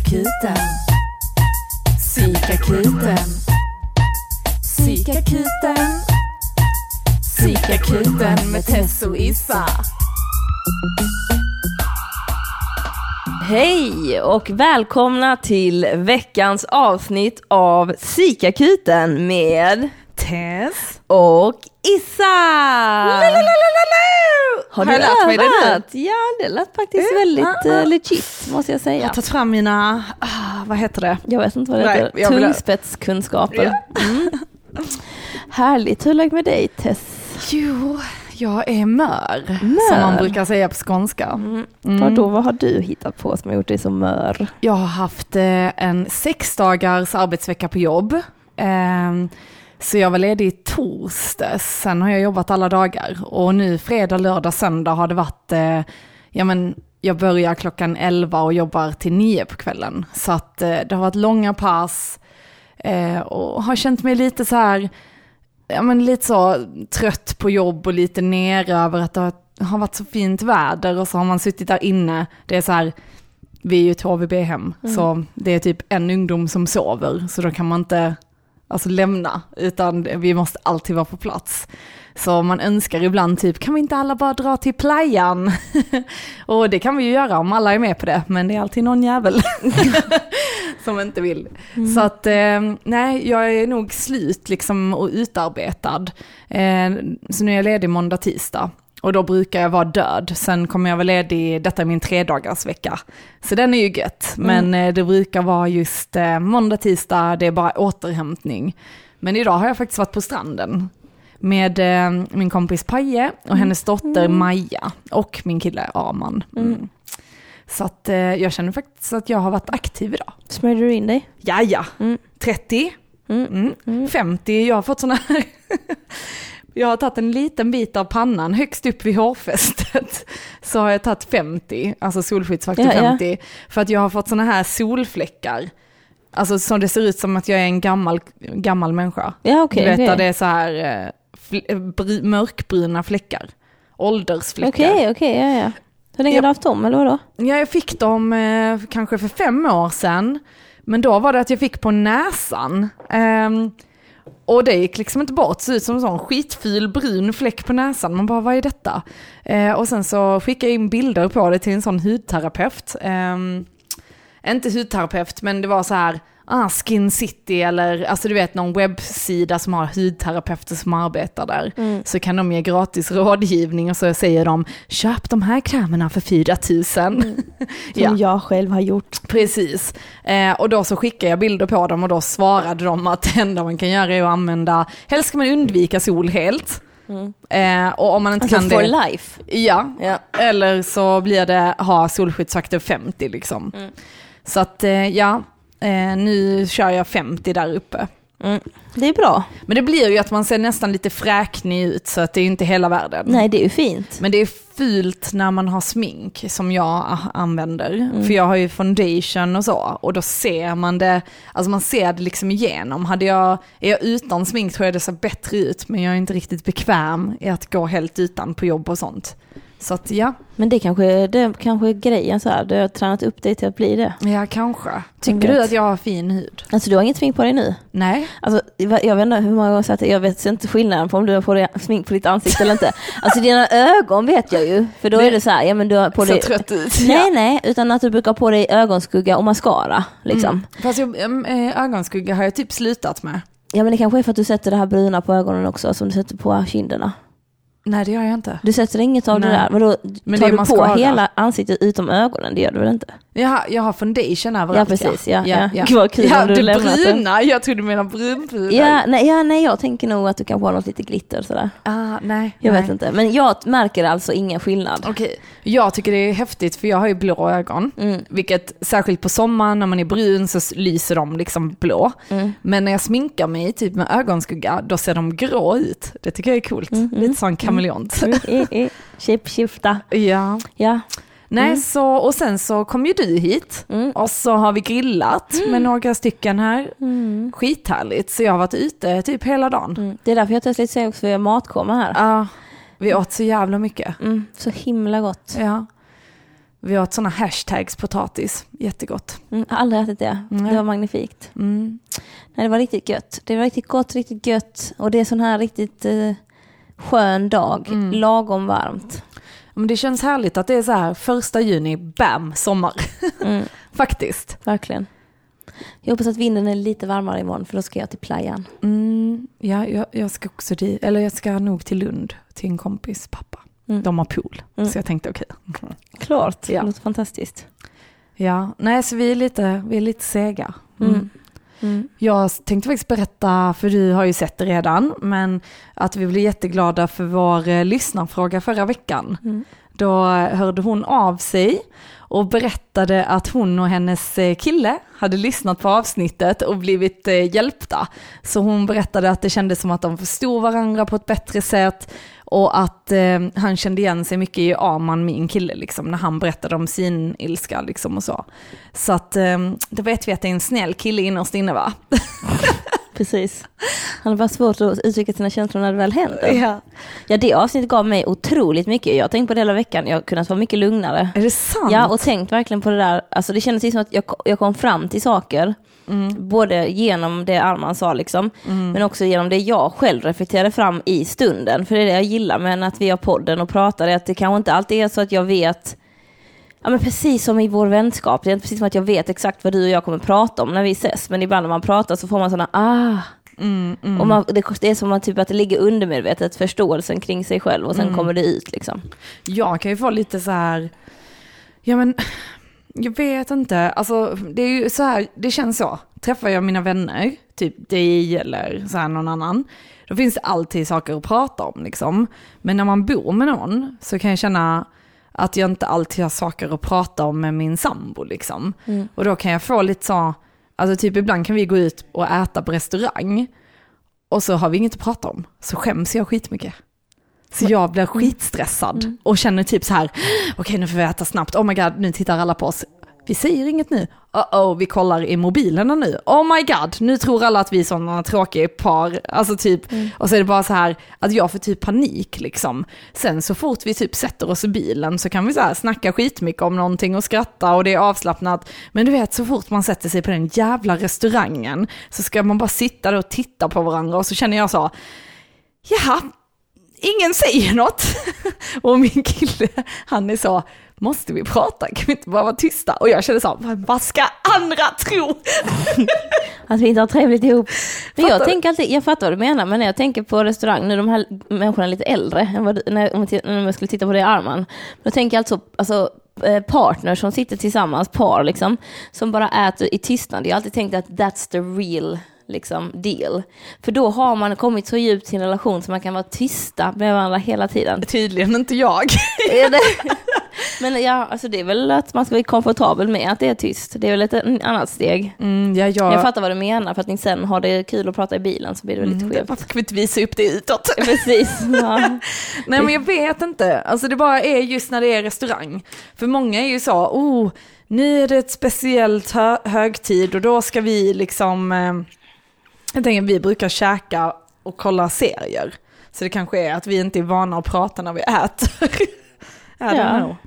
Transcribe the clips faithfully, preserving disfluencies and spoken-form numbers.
Psykakuten. Psykakuten. Psykakuten. Psykakuten med Tess och Issa. Hej och välkomna till veckans avsnitt av Psykakuten med Tess och Issa. Har du lärt mig det nu? Ja, det lät faktiskt mm. väldigt uh, legit, måste jag säga. Jag har tagit fram mina, ah, vad heter det? Jag vet inte vad det Nej, heter. jag vill... Tungspetskunskaper. Ja. Mm. Härligt, hur är det med dig, Tess? Jo, jag är mör, mör. som man brukar säga på skånska. Mm. Mm. Vadå, vad har du hittat på som har gjort dig så mör? Jag har haft eh, en sex dagars arbetsvecka på jobb. Eh, så jag var ledig i torsdags, sen har jag jobbat alla dagar. Och nu fredag, lördag, söndag har det varit, eh, ja men jag börjar klockan elva och jobbar till nio på kvällen. Så att eh, det har varit långa pass eh, och har känt mig lite så här, ja men lite så trött på jobb och lite ner över att det har varit så fint väder och så har man suttit där inne. Det är så här, vi är ju ett H V B-hem mm. så det är typ en ungdom som sover, så då kan man inte alltså lämna, utan vi måste alltid vara på plats. Så man önskar ibland typ, kan vi inte alla bara dra till playan? Och det kan vi ju göra om alla är med på det, men det är alltid någon jävel som inte vill. Mm. Så att, eh, nej, jag är nog slut liksom och utarbetad. Eh, så nu är jag ledig måndag, tisdag. Och då brukar jag vara död. Sen kommer jag vara ledig, detta är min tre dagars vecka. Så den är ju gött. Men mm. det brukar vara just eh, måndag, tisdag, det är bara återhämtning. Men idag har jag faktiskt varit på stranden med eh, min kompis Paje och mm. hennes dotter mm. Maja och min kille Arman. Mm. Mm. Så att eh, jag känner faktiskt att jag har varit aktiv idag. Smörjde du in dig? Jaja, mm. trettio, mm. Mm. Mm. femtio, jag har fått såna här... Jag har tagit en liten bit av pannan högst upp vid hårfästet. Så har jag tagit femtio, alltså solskyddsfaktor ja, femtio. Ja. För att jag har fått såna här solfläckar. Alltså så det ser ut som att jag är en gammal, gammal människa. Ja, okay, du vet okay. att det är så här fl- br- mörkbruna fläckar. Åldersfläckar. Okej, okay, okej, okay, ja, ja. Hur länge har du haft dem, eller vadå? Ja, jag fick dem eh, kanske för fem år sedan. Men då var det att jag fick på näsan. Um, Och det gick liksom inte bort, så ut som en sån skitfil brun fläck på näsan. Man bara, vad är detta? Eh, och sen så skickade jag in bilder på det till en sån hudterapeut. Eh, inte hudterapeut, men det var så här, ah, Skin City eller, alltså du vet någon webbsida som har hudterapeuter som arbetar där. Mm. Så kan de ge gratis rådgivning och så säger de, köp de här krämerna för fyra tusen. Mm. Som ja. jag själv har gjort. Precis. Eh, och då så skickade jag bilder på dem och då svarade de att det enda man kan göra är att använda, helst ska man undvika sol helt. Mm. Eh, och om man inte alltså kan for det, life. Ja, ja, eller så blir det ha solskyddsfaktor femtio liksom. Mm. Så att eh, ja, Eh, nu kör jag femtio där uppe. Mm. Det är bra. Men det blir ju att man ser nästan lite fräknig ut, så att det är inte hela världen. Nej, det är ju fint. Men det är fult när man har smink som jag använder. Mm. För jag har ju foundation och så. Och då ser man det, alltså man ser det liksom igenom. Hade jag, är jag utan smink tror jag det ser bättre ut. Men jag är inte riktigt bekväm i att gå helt utan på jobb och sånt. Så att ja. Men det kanske, det kanske är grejen så här. Du har tränat upp dig till att bli det. Ja, kanske. Tycker du att jag har fin hud? Alltså du har inget smink på dig nu? Nej. Alltså jag vet inte hur många gånger jag, jag vet inte skillnaden på om du har på dig smink på ditt ansikte eller inte. Alltså dina ögon vet jag ju. För då det, är det så här, ja men du har på så dig... trött ut. Nej, ja. nej. Utan att du brukar ha på dig ögonskugga och mascara liksom. Mm. Fast jag, äh, ögonskugga har jag typ slutat med. Ja men det kanske är för att du sätter det här bruna på ögonen också, som du sätter på kinderna. Nej, det gör jag inte. Du sätter inget av Nej. det där. Men då men tar det du mascara. på hela ansiktet utom ögonen. Det gör du väl inte? Jag har, jag har foundation överallt. Ja, precis. Ja, ja, ja. ja. Kul ja om du du bruna. Jag tror du menar brunpuder. Ja nej, ja, nej, jag tänker nog att du kan få något lite glitter sådär. Ah, nej. Jag nej. vet inte. Men jag märker alltså ingen skillnad. Okej. Okay. Jag tycker det är häftigt för jag har ju blå ögon. Mm. Vilket särskilt på sommaren när man är brun så lyser de liksom blå. Mm. Men när jag sminkar mig typ med ögonskugga då ser de grå ut. Det tycker jag är coolt. Mm. Lite sån kameleont. Mm. Mm. Mm. Chip, skifta. Ja. Ja. Nej, mm. så, och sen så kom ju du hit mm. och så har vi grillat mm. med några stycken här. Mm. Skithärligt, så jag har varit ute typ hela dagen. Mm. Det är därför jag testar lite sig också för jag matkoma här. Ja, vi åt så jävla mycket. Mm. Så himla gott. Ja. Vi åt såna hashtags potatis. Jättegott. Mm, jag har aldrig ätit det. Nej. Det var magnifikt. Mm. Nej, det var riktigt gött. Det var riktigt gott, riktigt gött. Och det är sån här riktigt eh, skön dag. Mm. Lagom varmt. Men det känns härligt att det är så här första juni, bam, sommar. Mm. Faktiskt. Verkligen. Jag hoppas att vinden är lite varmare imorgon för då ska jag till playan. Mm, ja, jag, jag ska också dit, eller jag ska nog till Lund till en kompis pappa. Mm. De har pool, Mm. så jag tänkte okej. Okay. Klart, Ja. det låter fantastiskt. Ja, nej så vi är lite, vi är lite sega. Mm. Mm. Mm. Jag tänkte faktiskt berätta, för du har ju sett det redan, men att vi blev jätteglada för vår eh, lyssnarfråga förra veckan. Mm. Då hörde hon av sig och berättade att hon och hennes kille hade lyssnat på avsnittet och blivit hjälpta. Så hon berättade att det kändes som att de förstod varandra på ett bättre sätt och att eh, han kände igen sig mycket i Arman, min kille, liksom, när han berättade om sin ilska liksom, och så. Så att eh, då vet vi att det är en snäll kille innerst inne, va? Precis. Han har bara svårt att uttrycka sina känslor när det väl händer. Ja. Ja, det avsnittet gav mig otroligt mycket. Jag har tänkt på det hela veckan. Jag har kunnat vara mycket lugnare. Är det sant? Ja, och tänkt verkligen på det där. Alltså det kändes som att jag, jag kom fram till saker. Mm. Både genom det Arman sa liksom. Mm. Men också genom det jag själv reflekterade fram i stunden. För det är det jag gillar med att vi har podden och pratar. Att det kanske inte alltid är så att jag vet... Ja, men precis som i vår vänskap. Det är inte precis som att jag vet exakt vad du och jag kommer prata om när vi ses. Men ibland när man pratar så får man sådana, ah... Mm, mm. Och man, det, det är som att, typ, att det ligger undermedvetet förståelsen kring sig själv. Och sen mm. kommer det ut liksom. Jag kan ju få lite så här... Ja men... Jag vet inte. Alltså det är ju så här... Det känns så. Träffar jag mina vänner, typ dig eller så här någon annan, då finns det alltid saker att prata om liksom. Men när man bor med någon så kan jag känna... att jag inte alltid har saker att prata om med min sambo liksom. Mm. Och då kan jag få lite så, alltså typ ibland kan vi gå ut och äta på restaurang och så har vi inget att prata om. Så skäms jag skitmycket. Så jag blir skitstressad mm. och känner typ så här, okej okay, nu får vi äta snabbt. Oh my god, nu tittar alla på oss. Vi säger inget nu. Uh-oh, vi kollar i mobilerna nu. Oh my god, nu tror alla att vi är sådana tråkiga par. Alltså typ, mm. och så är det bara så här att jag får typ panik liksom. Sen så fort vi typ sätter oss i bilen så kan vi så här snacka skitmycket om någonting och skratta och det är avslappnat. Men du vet, så fort man sätter sig på den jävla restaurangen så ska man bara sitta där och titta på varandra och så känner jag så, jaha, ingen säger något. Och min kille, han är så, måste vi prata? Kan vi inte bara vara tysta? Och jag känner så, vad ska andra tro? Att vi inte har trevligt ihop. Men jag Fattar tänker alltid, jag fattar vad du menar, men när jag tänker på restaurang, nu de här människorna är lite äldre än vad, när, om jag, när jag skulle titta på det i Arman, då tänker jag alltså, alltså partners som sitter tillsammans, par liksom, som bara äter i tystnad. Jag har alltid tänkt att that's the real liksom deal. För då har man kommit så djupt i sin relation så man kan vara tysta med varandra hela tiden. Tydligen inte jag. Är det? Men ja, alltså det är väl att man ska vara komfortabel med att det är tyst. Det är väl ett annat steg. Mm, ja, jag... jag fattar vad du menar, för att ni sen har det kul att prata i bilen så blir det mm, lite skevt. Varför kan vi inte visa upp det utåt? Precis. Ja. Nej, men jag vet inte. Alltså det bara är just när det är restaurang. För många är ju så, oh, nu är det ett speciellt hö- högtid och då ska vi liksom... Eh, jag tänker vi brukar käka och kolla serier. Så det kanske är att vi inte är vana att prata när vi äter. Ja.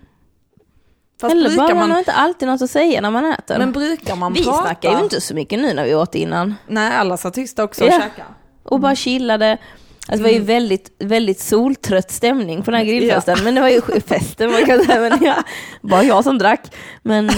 Fast eller bara man... man har inte alltid något att säga när man äter. Men brukar man vi prata? Vi snackar ju inte så mycket nu när vi åt innan. Nej, alla sa tysta också och ja. käka. Och bara chillade. Alltså, det var ju väldigt, väldigt soltrött stämning på den här grillfesten. Ja. Men det var ju festen, man kan säga. Men ja, bara jag som drack. Men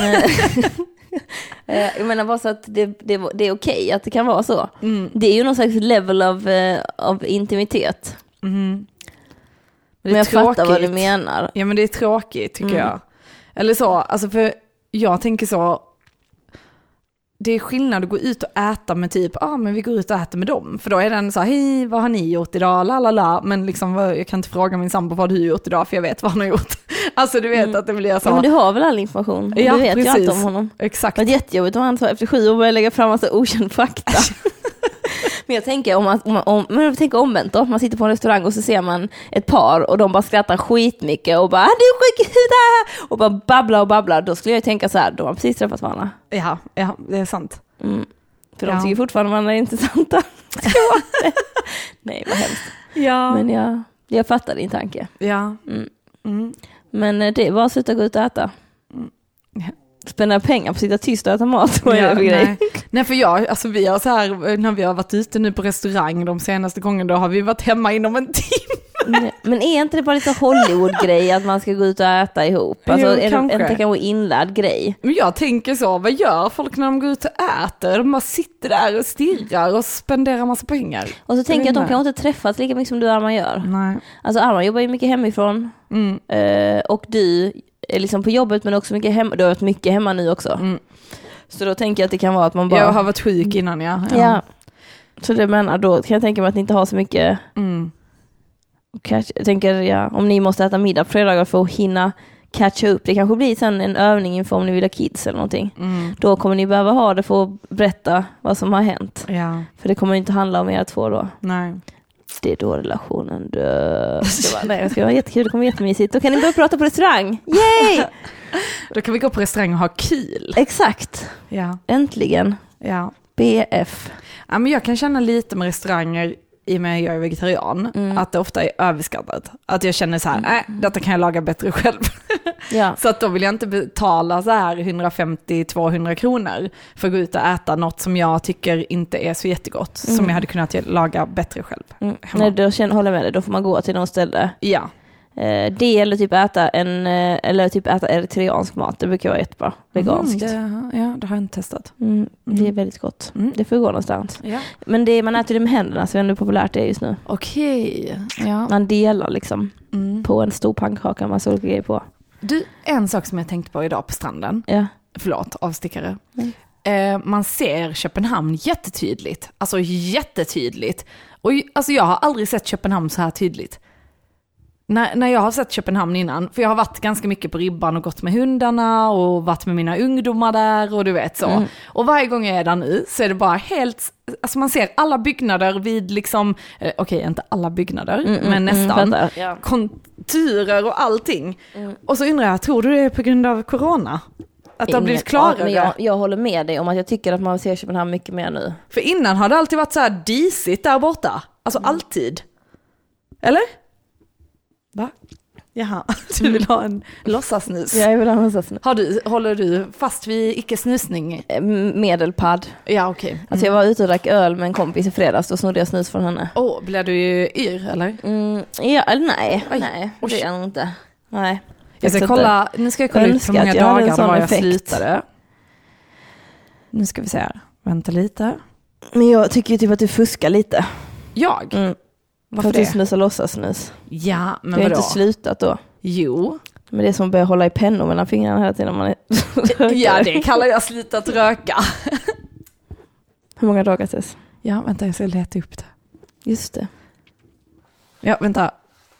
jag menar bara så att det, det, det är okej att det kan vara så. Mm. Det är ju någon slags level av, av intimitet. Mm. Men, men jag tråkigt. Fattar vad du menar. Ja, men det är tråkigt tycker mm. jag. Eller så, alltså för jag tänker så, det är skillnad att gå ut och äta med typ, ja ah, men vi går ut och äter med dem. För då är den så här, hej, vad har ni gjort idag? Lalala. Men liksom, jag kan inte fråga min sambo vad du har gjort idag, för jag vet vad han har gjort. Alltså du vet mm. att det blir så. Ja, men du har väl all information? Ja, du vet precis. ju allt om honom. Exakt. Det var jättejobbigt om han så efter sju år började lägga fram massa okänd fakta. Men jag tänker om man, om, om, men jag tänker omvänt då. Man sitter på en restaurang och så ser man ett par och de bara skrattar skitmycket och bara, du är sjuk och bara babblar och babblar. Då skulle jag tänka så här, de har precis träffat varandra. Ja, ja, det är sant. Mm. För de ja. tycker fortfarande varandra är intressanta. Nej, vad hemskt. Ja. Men jag, jag fattar din tanke. Ja. Mm. Mm. Men det var att sluta gå ut och äta. Spendera pengar på att sitta tyst och äta mat. Ja, är det nej. nej, för jag, alltså vi har så här, när vi har varit ute nu på restaurang de senaste gångerna, då har vi varit hemma inom en timme. Men är inte det bara lite Hollywood-grej att man ska gå ut och äta ihop? Alltså, jo, är kanske. det inte kanske inlärd grej? Men jag tänker så, vad gör folk när de går ut och äter? De bara sitter där och stirrar och spenderar massa pengar. Och så tänker jag att de kan inte träffas lika mycket som du och Arman gör. Nej. Alltså Arman jobbar ju mycket hemifrån. Mm. Eh, och du är liksom på jobbet men också mycket hemma. Du har varit mycket hemma nu också. Mm. Så då tänker jag att det kan vara att man bara... Jag har varit sjuk innan, ja. Ja. ja. Så det menar, då kan jag tänka mig att ni inte har så mycket... Mm. Catch, jag tänker, ja, om ni måste äta middag på fredagar för att hinna catcha upp. Det kanske blir sen en övning inför om ni vill ha kids eller någonting. Mm. Då kommer ni behöva ha det för att berätta vad som har hänt. Ja. För det kommer inte handla om er två då. Nej. Det är då relationen dör. Det var, nej, det ska vara jättekul, det kommer jättemysigt. Då kan ni börja prata på restaurang. Yay! Då kan vi gå på restaurang och ha kul. Exakt. Ja. Äntligen. Ja. B F. Ja, men jag kan känna lite med restauranger i och med att jag är vegetarian, mm. att det ofta är överskattat. Att jag känner så här, nej, mm. detta kan jag laga bättre själv. Ja. Så att då vill jag inte betala så här hundrafemtio till tvåhundra kronor för att gå ut och äta något som jag tycker inte är så jättegott, mm. som jag hade kunnat laga bättre själv. Mm. Nej, då känner, håller jag med dig, då får man gå till någon ställe. Ja. Eh, det eller typ äta en eller typ äta eritreansk mat, det brukar vara jättebra. Veganskt. Mm, det, ja, det har jag inte testat. Mm, mm. Det är väldigt gott. Mm. Det får gå någonstans. Ja. Men det, man äter det med händerna, så är det populärt det just nu. Okej. Ja. Man delar liksom mm. på en stor pannkaka, man så grejer på. Du, en sak som jag tänkte på idag på stranden. Ja. Förlåt, avstickare. Mm. Eh, man ser Köpenhamn jättetydligt. Alltså jättetydligt. Och alltså jag har aldrig sett Köpenhamn så här tydligt. När, när jag har sett Köpenhamn innan, för jag har varit ganska mycket på Ribban och gått med hundarna och varit med mina ungdomar där och du vet så. Mm. Och varje gång jag är där nu så är det bara helt, alltså man ser alla byggnader vid liksom, eh, okej okay, inte alla byggnader, mm, men mm, nästan, mm, ja. konturer och allting. Mm. Och så undrar jag, tror du det är på grund av corona? Att det har blivit klarare? Men jag, jag håller med dig om att jag tycker att man ser Köpenhamn mycket mer nu. För innan har det alltid varit så här disigt där borta. Alltså mm. alltid. Eller? Va? Jaha, du vill ha en låtsasnus. Ja, jag vill ha en låtsasnus. Har du, håller du fast vid icke-snusning? Medelpad. Ja, okej. Okay. Mm. Alltså jag var ute och drack öl med en kompis i fredags och snodde jag snus från henne. Åh, oh, blev du yr eller? Mm, ja, eller nej. Oj. Nej, det är jag nog inte. Nej. Jag ska kolla, nu ska jag kolla ut hur många dagar det var jag slutade. Nu ska vi se här. Vänta lite. Men jag tycker ju typ att du fuskar lite. Jag? Mm. Varför för att det? Du snusar låtsasnus. Ja, men du har inte slutat då. Jo. Men det är som att börja hålla i pennor mellan fingrarna hela tiden. Man är ja, det kallar jag slutat röka. Hur många dagar tills? Ja, vänta, jag ska leta upp det. Just det. Ja, vänta.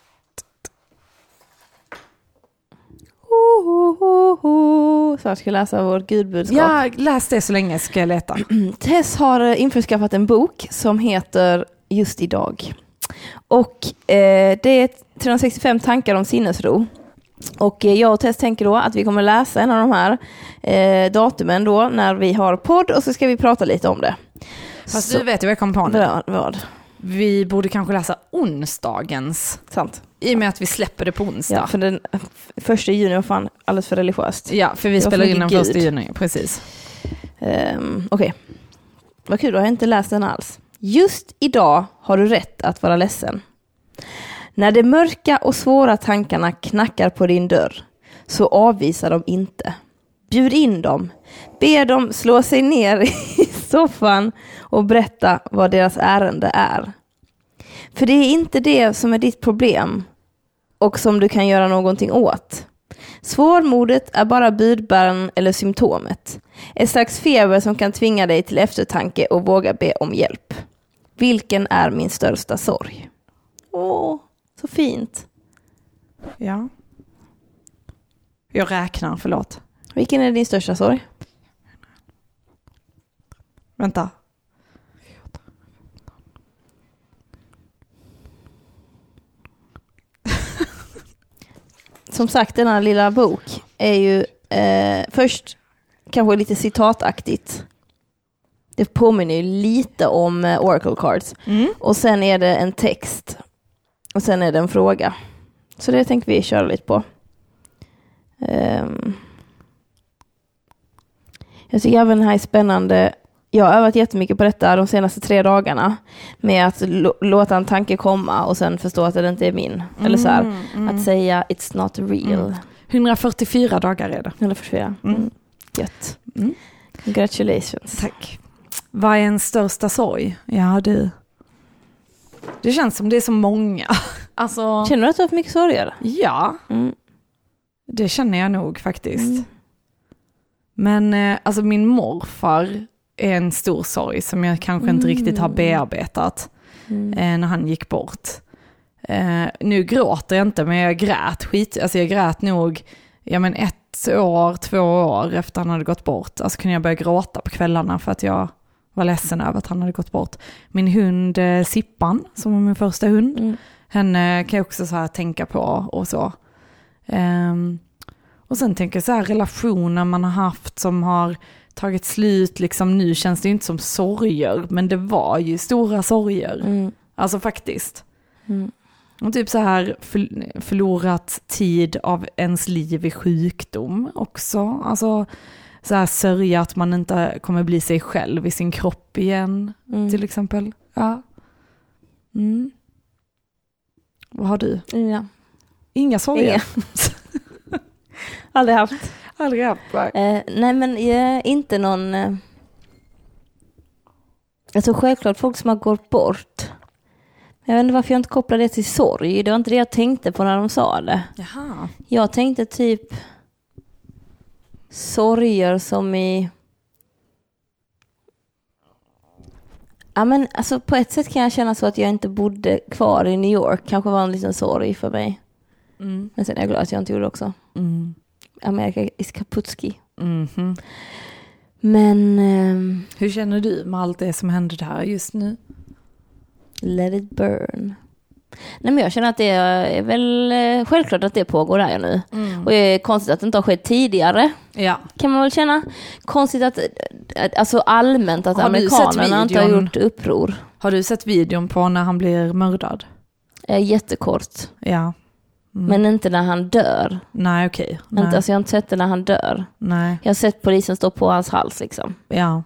Ho, ho, ho, ho. Så jag ska läsa vårt gudbudskap. Ja, läs det så länge ska jag leta. Tess har införskaffat en bok som heter Just idag. Och eh, det är trehundrasextiofem tankar om sinnesro. Och eh, jag och Tess tänker då att vi kommer läsa en av de här eh, datumen då när vi har podd och så ska vi prata lite om det. Fast så, du vet ju vad jag kom på nu. Vad? vad? Vi borde kanske läsa onsdagens. Sant. I och med att vi släpper det på onsdag. Ja, för den första juni var fan alldeles för religiöst. Ja, för vi spelar in den första juni, precis. Um, Okej. Okay. Vad kul, då har jag inte läst den alls. Just idag har du rätt att vara ledsen. När de mörka och svåra tankarna knackar på din dörr, så avvisa dem inte. Bjud in dem. Be dem slå sig ner i soffan och berätta vad deras ärende är. För det är inte det som är ditt problem och som du kan göra någonting åt. Svårmodet är bara budbäraren eller symptomet. Ett slags feber som kan tvinga dig till eftertanke och våga be om hjälp. Vilken är min största sorg? Åh, så fint. Ja. Jag räknar, förlåt. Vilken är din största sorg? Vänta. Som sagt, den här lilla bok är ju eh, först kanske lite citataktigt. Det påminner ju lite om eh, Oracle Cards. Mm. Och sen är det en text. Och sen är det en fråga. Så det tänker vi köra lite på. Um, Jag tycker även det här är spännande. Jag har övat jättemycket på detta de senaste tre dagarna. Med att l- låta en tanke komma och sen förstå att det inte är min. Mm, Eller så här, mm. att säga it's not real. Mm. hundrafyrtiofyra dagar är det. hundrafyrtiofyra. Mm. Mm. Gött. Mm. Congratulations. Tack. Vad är en största sorg? Ja, du. Det känns som det är så många. Alltså... Känner du att du har haft mycket sorger? Ja. Mm. Det känner jag nog faktiskt. Mm. Men eh, alltså min morfar är en stor sorg som jag kanske mm. inte riktigt har bearbetat mm. eh, när han gick bort. Eh, nu gråter jag inte, men jag grät skit. Alltså jag grät nog ja, men ett år, två år efter han hade gått bort. Alltså kunde jag börja gråta på kvällarna för att jag var ledsen över att han hade gått bort. Min hund eh, Sippan, som var min första hund, mm. henne kan jag också så här tänka på och så. Um, och sen tänker jag så här, relationer man har haft som har tagit slut, liksom nu känns det inte som sorger, men det var ju stora sorger. Mm. Alltså faktiskt. Mm. Och typ så här för, förlorat tid av ens liv i sjukdom också. Alltså så här sörja att man inte kommer bli sig själv i sin kropp igen, mm. till exempel. Ja. Mm. Vad har du? Ja. Inga sorger. Aldrig haft. Aldrig haft. Eh, nej men eh, inte någon... Eh... Jag tror självklart folk som har gått bort. Jag vet inte varför jag inte kopplar det till sorg. Det var inte det jag tänkte på när de sa det. Jaha. Jag tänkte typ sorger som i... Ja men alltså på ett sätt kan jag känna så att jag inte bodde kvar i New York. Kanske var en liten sorg för mig. Mm. Men sen är jag glad att jag inte gjorde det också. Mm. Amerika is kaputski. Mm-hmm. Men... Um, hur känner du med allt det som händer där just nu? Let it burn. Nej men jag känner att det är väl självklart att det pågår där nu. Mm. Och det är konstigt att det inte har skett tidigare. Ja. Kan man väl känna. Konstigt att, alltså allmänt att har amerikanerna inte har gjort uppror. Har du sett videon på när han blir mördad? Eh, jättekort. Ja. Mm. Men inte när han dör. Nej, okej. Okay. Inte, alltså jag har inte sett det när han dör. Nej. Jag har sett polisen stå på hans hals liksom. Ja.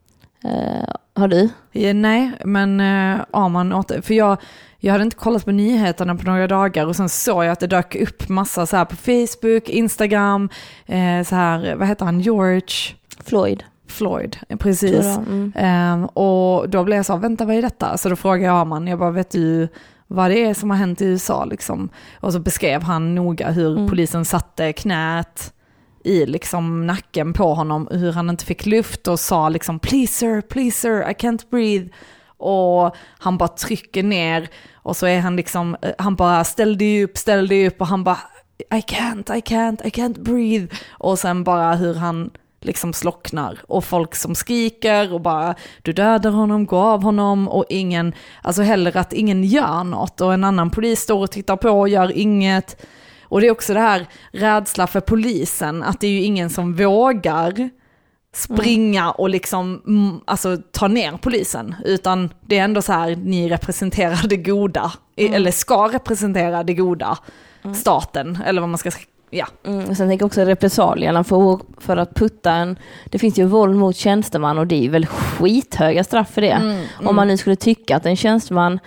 Eh, har du? Ja, nej, men eh, ja, man åt, för jag, jag hade inte kollat på nyheterna på några dagar och sen såg jag att det dök upp massa så här på Facebook, Instagram, eh, så här, vad heter han? George Floyd. Floyd, precis. Mm. Eh, och då blev jag så, vänta, vad är detta? Så då frågade jag Arman, jag bara, vet du vad det är som har hänt i U S A liksom? Och så beskrev han noga hur mm. polisen satte knät i liksom nacken på honom, hur han inte fick luft och sa liksom please sir, please sir, I can't breathe. Och han bara trycker ner och så är han liksom, han bara ställ dig upp, ställ dig upp och han bara I can't, I can't, I can't breathe. Och sen bara hur han liksom slocknar och folk som skriker och bara du dödar honom, gå av honom och ingen, alltså heller att ingen gör något och en annan polis står och tittar på och gör inget. Och det är också det här rädsla för polisen, att det är ju ingen som vågar springa mm. och liksom alltså ta ner polisen, utan det är ändå så här, ni representerar det goda mm. eller ska representera det goda mm. staten, eller vad man ska säga. Ja. Mm, och sen tänker jag också repressalierna för, för att putta en, det finns ju våld mot tjänsteman och det är väl skithöga straff för det. Mm, mm. Om man nu skulle tycka att en tjänsteman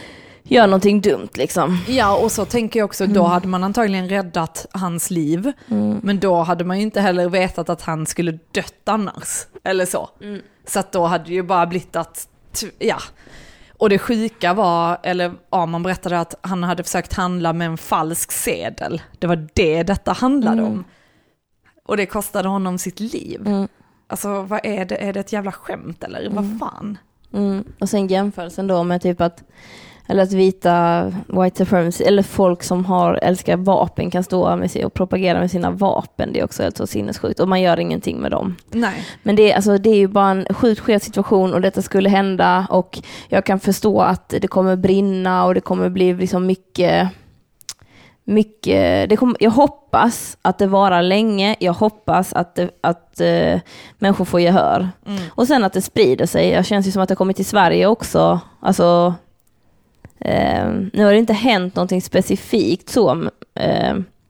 gör någonting dumt liksom. Ja, och så tänker jag också, då mm. hade man antagligen räddat hans liv. Mm. Men då hade man ju inte heller vetat att han skulle dött annars. Eller så. Mm. Så att då hade det ju bara blivit att, ja. Och det sjuka var, eller ja, man berättade att han hade försökt handla med en falsk sedel. Det var det detta handlade mm. om. Och det kostade honom sitt liv. Mm. Alltså, vad är det? Är det ett jävla skämt eller mm. vad fan? Mm. Och sen jämförelsen då med typ att eller att vita white supremacy eller folk som har älskar vapen kan stå med sig och propagera med sina vapen. Det är också helt så sinnessjukt och man gör ingenting med dem. Nej. Men det är, alltså, det är ju bara en sjukt skev situation och detta skulle hända och jag kan förstå att det kommer brinna och det kommer bli liksom mycket mycket, det kommer, jag hoppas att det varar länge, jag hoppas att, det, att uh, människor får gehör. Mm. Och sen att det sprider sig. Jag känns ju som att det kommer till Sverige också. Alltså Uh, nu har det inte hänt någonting specifikt så uh,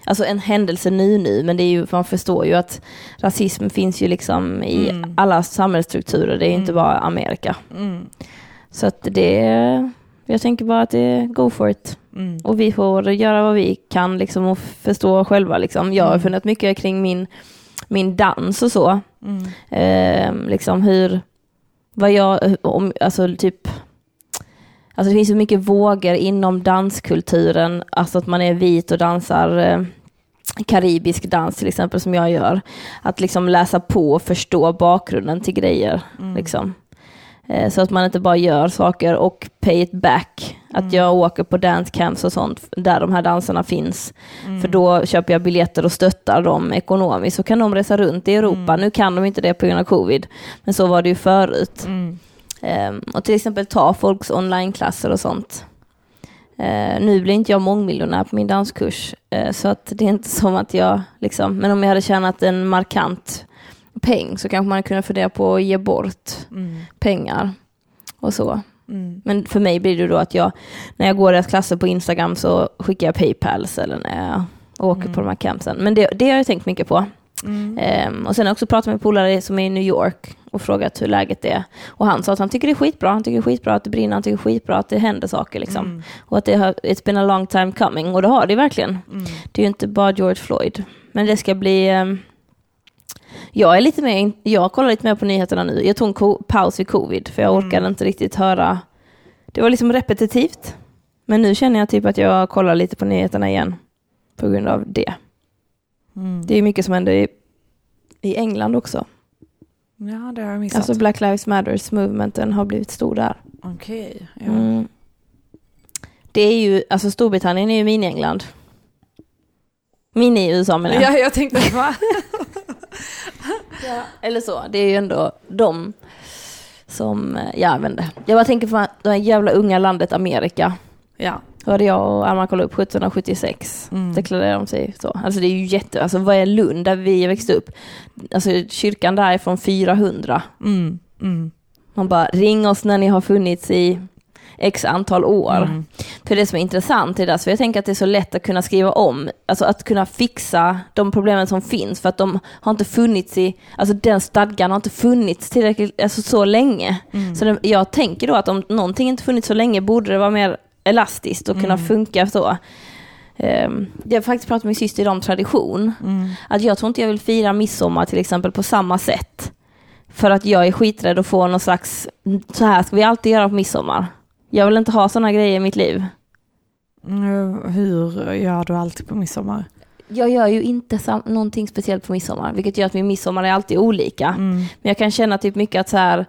alltså en händelse nu nu, men det är ju, man förstår ju att rasism finns ju liksom i mm. alla samhällsstrukturer, det är ju mm. inte bara Amerika. Mm. Så att det, jag tänker bara att det go for it. Mm. Och vi får göra vad vi kan liksom och förstå själva liksom. Jag har mm. funderat mycket kring min, min dans och så. Mm. Eh, liksom hur, vad jag, om, alltså typ, alltså det finns så mycket vågor inom danskulturen, alltså att man är vit och dansar eh, karibisk dans till exempel som jag gör. Att liksom läsa på och förstå bakgrunden till grejer mm. liksom. Eh, så att man inte bara gör saker och pay it back. Att mm. jag åker på dance camps och sånt där de här danserna finns. Mm. För då köper jag biljetter och stöttar dem ekonomiskt. Så kan de resa runt i Europa. Mm. Nu kan de inte det på grund av covid. Men så var det ju förut. Mm. Um, och till exempel ta folks onlineklasser och sånt. Uh, nu blir inte jag mångmiljonär på min danskurs. Uh, så att det är inte som att jag liksom, men om jag hade tjänat en markant peng så kanske man kunde fundera på att ge bort mm. pengar och så. Mm. Men för mig blir det då att jag, när jag går deras klasser på Instagram så skickar jag Paypals eller när jag åker mm. på de här campsen. Men det, det har jag tänkt mycket på. Mm. Um, och sen har jag också pratat med polare som är i New York och frågat hur läget är. Och han sa att han tycker det är skitbra. Han tycker det är skitbra att det brinner. Han tycker det är skitbra att det händer saker liksom. Mm. Och att det har, it's been a long time coming. Och det har det verkligen. Mm. Det är ju inte bara George Floyd. Men det ska bli... Um, jag är lite mer... Jag kollar lite mer på nyheterna nu. Jag tog en ko- paus vid covid. För jag orkade mm. inte riktigt höra... Det var liksom repetitivt. Men nu känner jag typ att jag kollar lite på nyheterna igen. På grund av det. Mm. Det är mycket som händer i, i England också. Ja, det har jag missat. Alltså Black Lives Matters movementen har blivit stor där. Okej, okay, ja. Mm. Det är ju, alltså Storbritannien är ju mini-England. Mini-U S A menar jag. Ja, jag tänkte va? Ja, eller så, det är ju ändå de som, ja, jag vet inte. Jag bara tänker på det här jävla unga landet Amerika. Ja. Hörde jag och Arman kolla upp sjuttonhundrasjuttiosex. Mm. Deklarerade de sig så. Alltså det är ju jätte... Alltså vad är Lund där vi växte upp? Alltså kyrkan där är från fyrahundra. Mm. Mm. Man bara, ring oss när ni har funnits i x antal år. Mm. För det som är intressant är det, så jag tänker att det är så lätt att kunna skriva om. Alltså att kunna fixa de problemen som finns. För att de har inte funnits i... Alltså den stadgan har inte funnits tillräckligt, alltså så länge. Mm. Så det, jag tänker då att om någonting inte funnits så länge borde det vara mer elastiskt och kunna mm. funka så. Um, jag har faktiskt pratat med min syster om tradition. Mm. Att jag tror inte jag vill fira midsommar till exempel på samma sätt. För att jag är skiträdd att få någon slags, så här ska vi alltid göra på midsommar. Jag vill inte ha såna grejer i mitt liv. Mm, hur gör du alltid på midsommar? Jag gör ju inte sam- någonting speciellt på midsommar. Vilket gör att min midsommar är alltid olika. Mm. Men jag kan känna typ mycket att så här...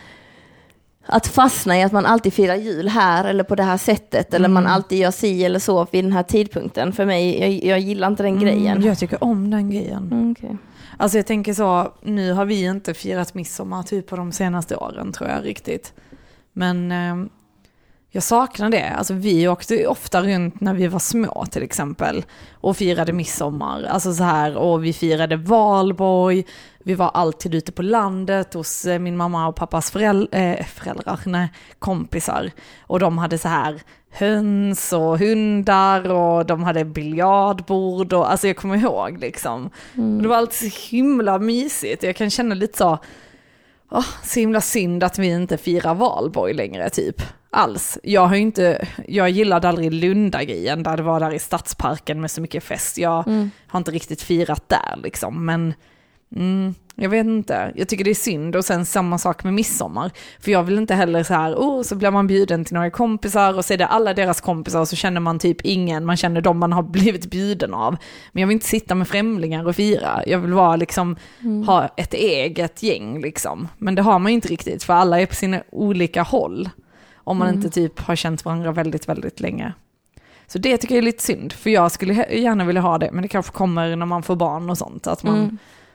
Att fastna i att man alltid firar jul här eller på det här sättet. Mm. Eller man alltid gör si eller så vid den här tidpunkten. För mig, jag, jag gillar inte den mm, grejen. Jag tycker om den grejen. Mm, okay. Alltså jag tänker så, nu har vi inte firat midsommar typ på de senaste åren tror jag riktigt. Men eh, jag saknar det. Alltså vi åkte ofta runt när vi var små till exempel. Och firade midsommar. Alltså så här, och vi firade valborg. Vi var alltid ute på landet hos min mamma och pappas föräl- äh, föräldrar, nej, kompisar. Och de hade så här höns och hundar och de hade biljardbord. Och, alltså jag kommer ihåg liksom. Mm. Och det var alltid så himla mysigt. Jag kan känna lite så, oh, så himla synd att vi inte firar valborg längre typ. Alls. Jag har inte, jag gillade aldrig Lunda-grejen där det var där i stadsparken med så mycket fest. Jag mm. har inte riktigt firat där liksom, men mm, jag vet inte. Jag tycker det är synd. Och sen samma sak med midsommar. För jag vill inte heller så här, oh, så blir man bjuden till några kompisar och så är det alla deras kompisar och så känner man typ ingen. Man känner dem man har blivit bjuden av. Men jag vill inte sitta med främlingar och fira. Jag vill vara liksom, mm. ha ett eget gäng liksom. Men det har man inte riktigt för alla är på sina olika håll. Om man mm. inte typ har känt varandra väldigt, väldigt länge. Så det tycker jag är lite synd. För jag skulle gärna vilja ha det. Men det kanske kommer när man får barn och sånt. Att man mm.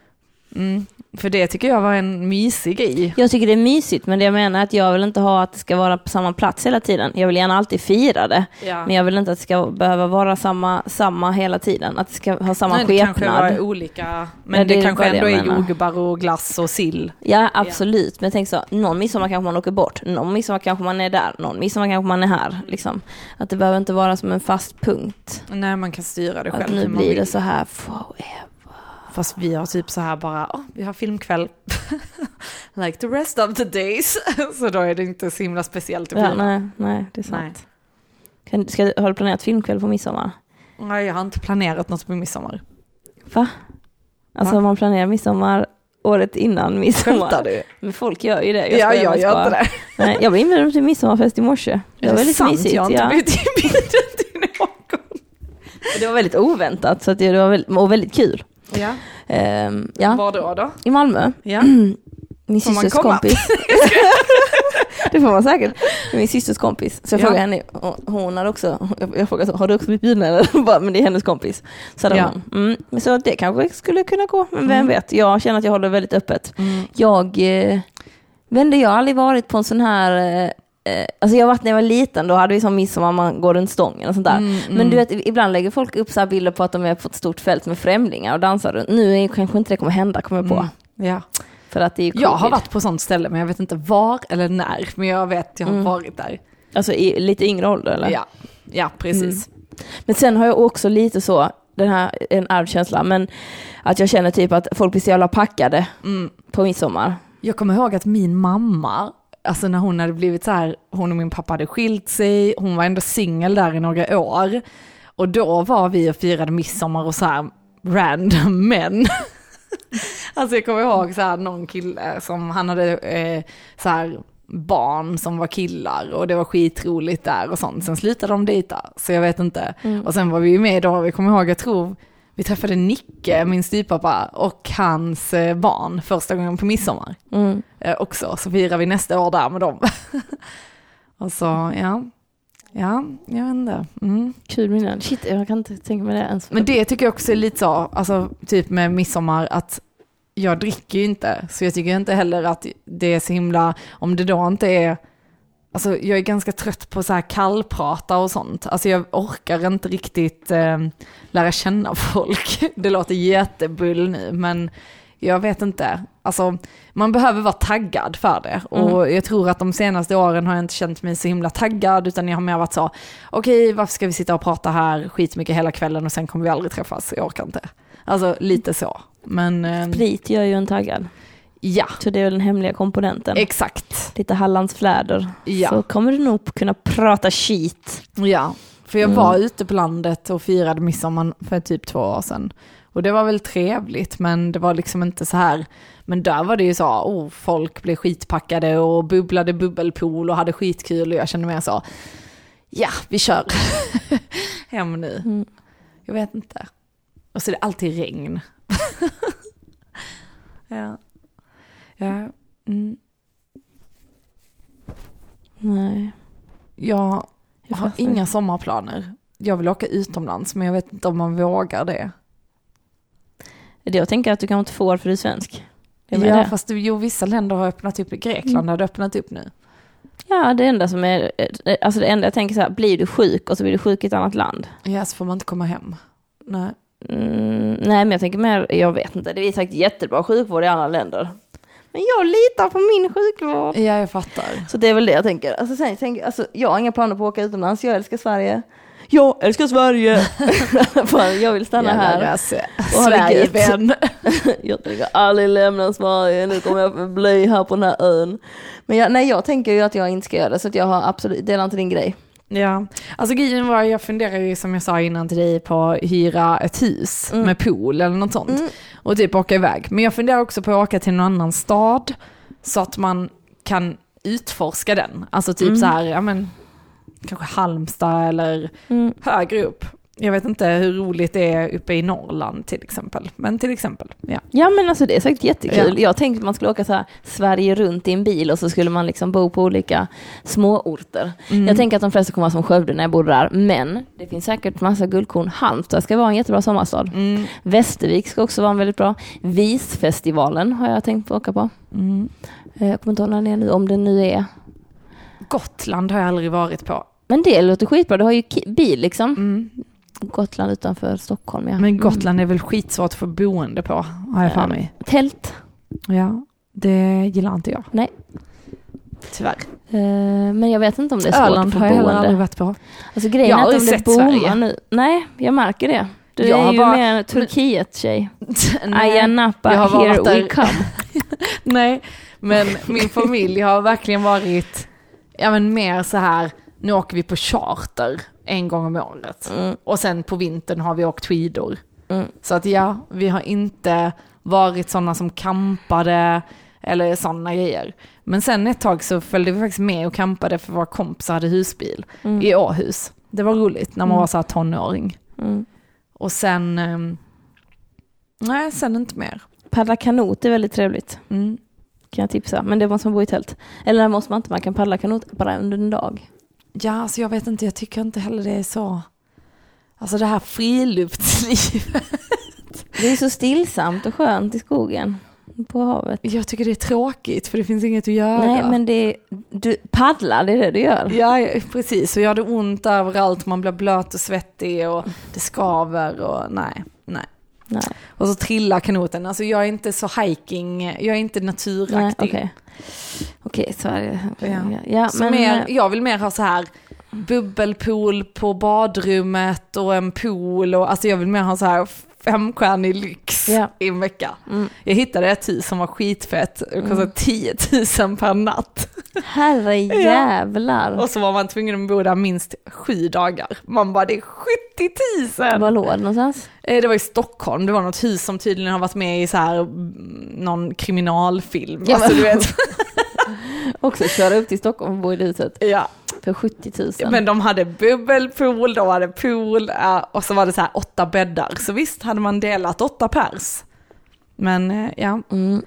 Mm. För det tycker jag var en mysig grej. Jag tycker det är mysigt, men det jag menar är att jag vill inte ha att det ska vara på samma plats hela tiden. Jag vill gärna alltid fira det, ja. Men jag vill inte att det ska behöva vara samma, samma hela tiden. Att det ska ha samma skepnad. Det kanske var olika, men ja, det, det kanske ändå är jordgubbar och glass och sill. Ja, absolut. Ja. Men jag tänker så, någon midsommar kanske man åker bort, någon midsommar kanske man är där, någon midsommar kanske man är här. Liksom. Att det behöver inte vara som en fast punkt. Nej, man kan styra det själv. Att nu blir det så här forever. Fast vi har typ så här bara, oh, vi har filmkväll like the rest of the days. Så då är det inte så himla speciellt. Ja, nej, nej, det är sant. Nej. Kan, ska, har du planerat filmkväll på midsommar? Nej, jag har inte planerat något på midsommar. Va? Alltså Va? Man planerar midsommar året innan midsommar. Skämtar du? Men folk gör ju det. Jag ja, jag gör inte det. Nej, jag var inbjuden till midsommarfest i morse. Det var väldigt sant? Mysigt. Jag har inte blivit inbjuden till någon. Det var väldigt oväntat, så att det var väldigt, och väldigt kul. Ja. Um, ja. Var då då? I Malmö. Ja. Min får systers kompis. Det får man säkert. Min systers kompis. Så jag ja. frågade henne, hon hade också, jag frågade, har du också blivit bjuden eller? Men det är hennes kompis. Så, ja. hon, mm, så det kanske skulle kunna gå, men vem mm. vet. Jag känner att jag håller väldigt öppet. Mm. Jag, eh, vände, jag har aldrig varit på en sån här... Eh, Alltså jag har varit när jag var liten, då hade vi som midsommar man går runt stången och sånt där. Mm, mm. Men du vet, ibland lägger folk upp så här bilder på att de är på ett stort fält med främlingar och dansar runt. Nu är kanske inte det kommer hända, kommer jag på. Mm, ja. För att det är jag har varit på sånt ställe, men jag vet inte var eller när. Men jag vet, jag har mm. varit där. Alltså i lite yngre ålder, eller? Ja, ja precis. Mm. Men sen har jag också lite så, den här en ärvkänsla, men att jag känner typ att folk blir så jävla packade mm. på midsommar. Jag kommer ihåg att min mamma, alltså när hon hade blivit så här, hon och min pappa hade skilt sig, hon var ändå singel där i några år. Och då var vi och firade midsommar och så här random män. Alltså jag kommer ihåg så här någon kille som han hade eh, så här barn som var killar och det var skitroligt där och sånt. Sen slutade de dejta, så jag vet inte. Mm. Och sen var vi ju med då, vi kommer ihåg, jag tror vi träffade Nicke, min styvpappa, och hans barn första gången på midsommar. Mm. Eh, också, så firar vi nästa år där med dem. Och så, ja. Ja, jag vet inte. Mm. Kul minnen. Shit, jag kan inte tänka mig det ens. Men det tycker jag också är lite så, alltså typ med midsommar, att jag dricker ju inte. Så jag tycker inte heller att det är så himla, om det då inte är, alltså jag är ganska trött på så här kallprata och sånt. Alltså jag orkar inte riktigt eh, lära känna folk. Det låter jättebull nu, men jag vet inte. Alltså man behöver vara taggad för det. Mm. Och jag tror att de senaste åren har jag inte känt mig så himla taggad, utan jag har mer varit så, okej, okay, varför ska vi sitta och prata här skitmycket hela kvällen och sen kommer vi aldrig träffas. Jag orkar inte. Alltså lite så. Men eh, sprit gör ju en taggad. Ja. Så det är väl den hemliga komponenten. Exakt. Lite Hallandsfläder. Ja. Så kommer du nog kunna prata skit. Ja, för jag mm. var ute på landet och firade midsommar för typ två år sedan. Och det var väl trevligt, men det var liksom inte så här. Men där var det ju så, oh, folk blev skitpackade och bubblade bubbelpool och hade skitkul. Och jag kände mig så, ja, vi kör hem nu. Mm. Jag vet inte. Och så är det alltid regn. Ja. Ja. Mm. Nej. Jag, jag har inga sommarplaner. Jag vill åka utomlands, men jag vet inte om man vågar det. Det jag tänker att du kan inte få för du är svensk. Ja, det. Fast jo, vissa länder har öppnat upp. Grekland mm. har öppnat upp nu. Ja, det enda som är, alltså det enda jag tänker så här, blir du sjuk och så blir du sjuk i ett annat land. Ja, så får man inte komma hem. Nej. Mm, nej, men jag tänker mer, jag vet inte, det är säkert jättebra sjukvård i andra länder. Men jag litar på min sjukvård. Ja, jag fattar. Så det är väl det jag tänker. Alltså, sen, jag, tänker alltså, jag har inga planer på att åka utomlands, jag älskar Sverige. Jag älskar Sverige. Jag vill stanna Jävla här. Rasse. Sverige, vän. Jag tänker aldrig lämna Sverige. Nu kommer jag bli här på den här ön. Men jag, nej, jag tänker ju att jag inte ska göra det. Så att jag har absolut, det är inte din grej. Ja, alltså grejen var, jag funderar ju som jag sa innan till dig på att hyra ett hus mm. med pool eller något sånt. Mm. Och typ åka iväg. Men jag funderar också på att åka till någon annan stad så att man kan utforska den. Alltså typ mm. så här, ja men kanske Halmstad eller mm. högre upp. Jag vet inte hur roligt det är uppe i Norrland till exempel. Men till exempel, ja. Ja, men alltså det är säkert jättekul. Ja. Jag tänkte att man skulle åka så här Sverige runt i en bil och så skulle man liksom bo på olika småorter. Mm. Jag tänker att de flesta kommer som Skövde när jag bor där. Men det finns säkert massa guldkorn. Halmstad ska vara en jättebra sommarstad. Mm. Västervik ska också vara en väldigt bra. Visfestivalen har jag tänkt på att åka på. Mm. Jag kommer inte ihåg när det är nu, om det nu är. Gotland har jag aldrig varit på. Men det låter skitbra. Du har ju bil liksom. Mm. Gotland utanför Stockholm, ja. Men Gotland är väl skitsvårt att få boende på, har jag för mig. Tält. Ja, det gillar inte jag. Nej. Tyvärr. Uh, men jag vet inte om det är svårt Öland att få har jag boende. aldrig varit på. Alltså grejen jag är att om det boomar nu. Nej, jag märker det. Du jag är ju bara... mer Turkiet-tjej. Ayia Napa, here we come. Nej, men min familj har verkligen varit ja, men mer så här, nu åker vi på charter en gång om året. Mm. Och sen på vintern har vi åkt skidor. Mm. Så att ja, vi har inte varit sådana som campade eller sådana grejer. Men sen ett tag så följde vi faktiskt med och campade för våra kompisar hade husbil mm. i Åhus. Det var roligt när man mm. var så här tonåring. Mm. Och sen um, nej, sen inte mer. Paddla kanot är väldigt trevligt. Mm. Kan jag tipsa. Men det måste man bo i tält. Eller där måste man inte, man kan paddla kanot bara under en dag. Ja, alltså jag vet inte, jag tycker inte heller det är så. Alltså det här friluftslivet. Det är så stillsamt och skönt i skogen på havet. Jag tycker det är tråkigt för det finns inget att göra. Nej, men det är, du paddlar, det är det du gör. Ja, precis. Och jag hade ont överallt, man blir blöt och svettig och det skaver och nej, nej. Nej. Och så trillar kanoten. Alltså jag är inte så hiking, jag är inte naturaktig. Okej, okay. okay, så är det. Ja. Ja, så men mer, jag vill mer ha så här bubbelpool på badrummet och en pool och alltså jag vill mer ha så här femstjärnig lyx ja. i en vecka. Mm. Jag hittade ett hus som var skitfett. Det kostade mm. tio tusen per natt. Herre jävlar. Ja. Och så var man tvungen att bo där minst sju dagar. Man bara, det är sjuttio tusen. Var låg det någonstans? Det var i Stockholm. Det var något hus som tydligen har varit med i så här någon kriminalfilm. Ja, alltså, du vet. Också köra upp till Stockholm och bo i det huset. Ja. För sjuttio tusen. Men de hade bubbelpool, de hade pool och så var det så här åtta bäddar. Så visst hade man delat åtta pers. Men ja. Mm.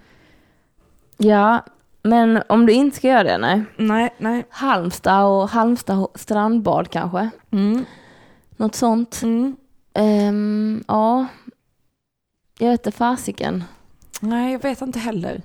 Ja, men om du inte ska göra det, nej. Nej, nej. Halmstad och Halmstad strandbad kanske. Mm. Något sånt. Mm. Um, ja. Jag vet inte fasiken. Nej, jag vet inte heller.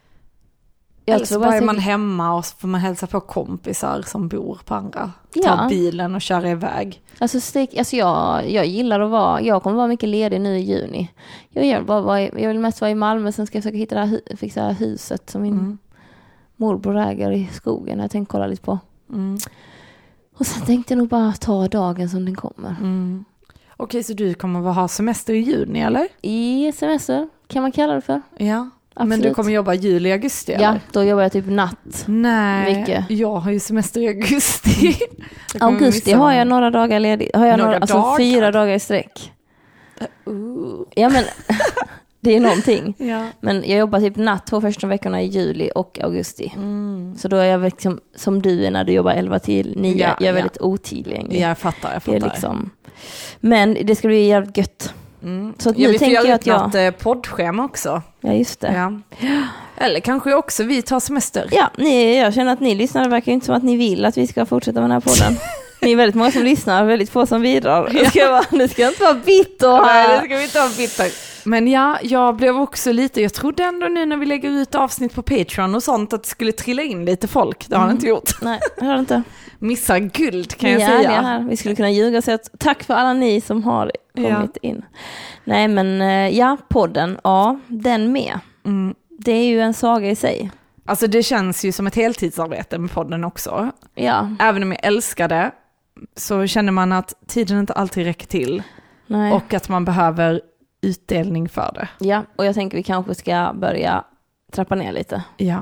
Jag Eller så bara är man hemma och så får man hälsa på kompisar som bor på andra. Ta ja. bilen och köra iväg. Alltså, stick, alltså jag, jag gillar att vara, jag kommer vara mycket ledig nu i juni. Jag vill, bara vara, jag vill mest vara i Malmö, sen ska jag försöka hitta det här, fixa det här huset som min mm. morbror äger i skogen. Jag tänkte kolla lite på. Mm. Och sen tänkte jag nog bara ta dagen som den kommer. Mm. Okej, så du kommer att ha semester i juni, eller? I semester, kan man kalla det för. Ja. Absolut. Men du kommer jobba juli, augusti, eller? Ja, då jobbar jag typ natt. Nej, mycket. Jag har ju semester i augusti. Augusti har jag några dagar ledig. Har jag några, några alltså dagar? Fyra dagar i sträck. Uh. Ja, men det är någonting. Ja. Men jag jobbar typ natt två första veckorna i juli och augusti. Mm. Så då är jag liksom, som du är när du jobbar elva till nio. Ja, jag är väldigt ja. otillgänglig. Ja, jag fattar, jag fattar. Det är liksom, men det ska bli jävligt gött. Mm. Så att nu jag tänker jag att jag... något poddschema också. Ja, just det. Ja. Eller kanske också vi tar semester. Ja, ni, jag känner att ni lyssnar. Det verkar inte som att ni vill att vi ska fortsätta med den här podden. Ni är väldigt många som lyssnar, väldigt få som bidrar. Ja. Ska vara, nu ska jag inte vara bitter här. Nej, det ska vi inte vara bitter. Men ja, jag blev också lite, jag trodde ändå nu när vi lägger ut avsnitt på Patreon och sånt att det skulle trilla in lite folk. Det har mm. det inte gjort. Nej, det har det inte. Missar guld kan jag ja, säga. Här. Vi skulle kunna ljuga och säga att tack för alla ni som har kommit ja. in. Nej, men ja, podden, ja, den med. Mm. Det är ju en saga i sig. Alltså det känns ju som ett heltidsarbete med podden också. Ja. Även om jag älskar det så känner man att tiden inte alltid räcker till. Nej. Och att man behöver utdelning för det. Ja, och jag tänker vi kanske ska börja trappa ner lite. Ja.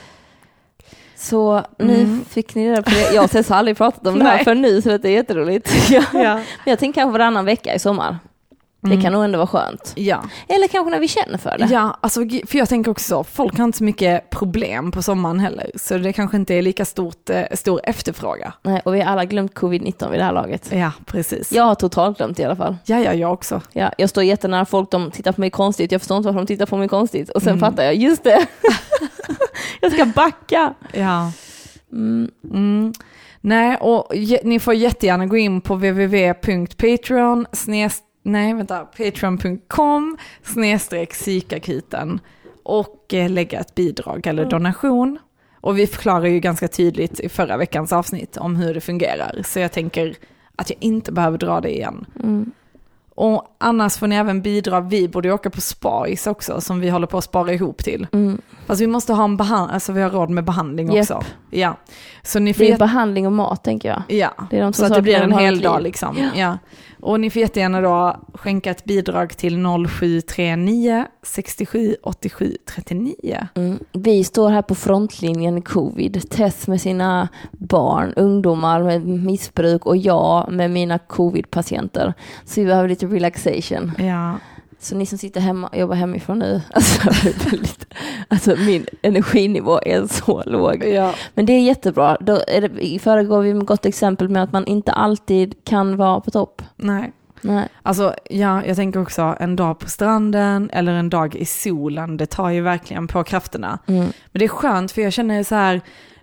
Så nu mm. fick ni det på det. Jag har aldrig pratat om det här för nu så det är jätteroligt. Ja. Ja. Men jag tänker kanske varannan vecka i sommar. Det mm. kan nog ändå vara skönt. Ja. Eller kanske när vi känner för det. Ja, alltså, för jag tänker också, folk har inte så mycket problem på sommaren heller. Så det kanske inte är lika stort, eh, stor efterfråga. Nej, och vi har alla glömt covid nitton vid det här laget. Ja, precis. Jag har totalt glömt i alla fall. Ja, ja, jag också. Ja, jag står jättenära folk, de tittar på mig konstigt. Jag förstår inte varför de tittar på mig konstigt. Och sen mm. fattar jag, just det. Jag ska backa. Ja. Mm. Mm. Nej, och j- ni får jättegärna gå in på www punkt patreon snedstreck Nej, vänta. patreon punkt com snedstreck psykakuten och eh, lägga ett bidrag eller donation. Och vi förklarar ju ganska tydligt i förra veckans avsnitt om hur det fungerar. Så jag tänker att jag inte behöver dra det igen. Mm. Och annars får ni även bidra. Vi borde åka på Spais också, som vi håller på att spara ihop till. Mm. Fast vi måste ha en behandling, alltså vi har råd med behandling yep. också. Ja. Så ni får det är jätt- behandling och mat, tänker jag. Ja, det är de så att det blir en hel liv. dag liksom. Ja. Ja. Och ni får jättegärna då skänka ett bidrag till noll sju tre nio sex sju åtta sju tre nio. Mm. Vi står här på frontlinjen i covid. Tess med sina barn, ungdomar med missbruk och jag med mina covid-patienter. Så vi behöver lite relaxation. Ja. Så ni som sitter hemma och jobbar hemifrån nu, alltså, väldigt, alltså min energinivå är så låg. Ja. Men det är jättebra. Då är det, föregår vi med gott exempel med att man inte alltid kan vara på topp. Nej. Nej. Alltså, ja, jag tänker också en dag på stranden eller en dag i solen, det tar ju verkligen på krafterna. Mm. Men det är skönt för jag känner så här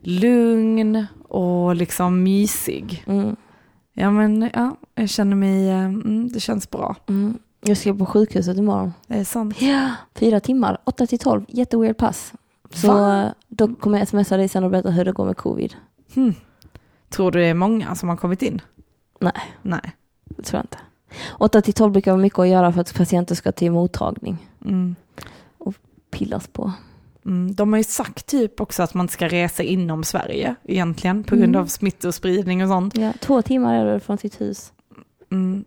lugn och liksom mysig. Mm. Ja, men ja, jag känner mig, mm, det känns bra. Mm. Jag ska på sjukhuset imorgon. Det är sant. Ja, fyra timmar, åtta till tolv. Jätteweird pass. Så Va? Då kommer jag smsa dig sen och berätta hur det går med covid. Hmm. Tror du det är många som har kommit in? Nej. Nej. Det tror jag inte. åtta till tolv brukar vara mycket att göra för att patienter ska till mottagning. Mm. Och pillas på. Mm. De har ju sagt typ också att man ska resa inom Sverige egentligen på grund mm. av smittospridning och sånt. Ja, två timmar är det från sitt hus. Mm.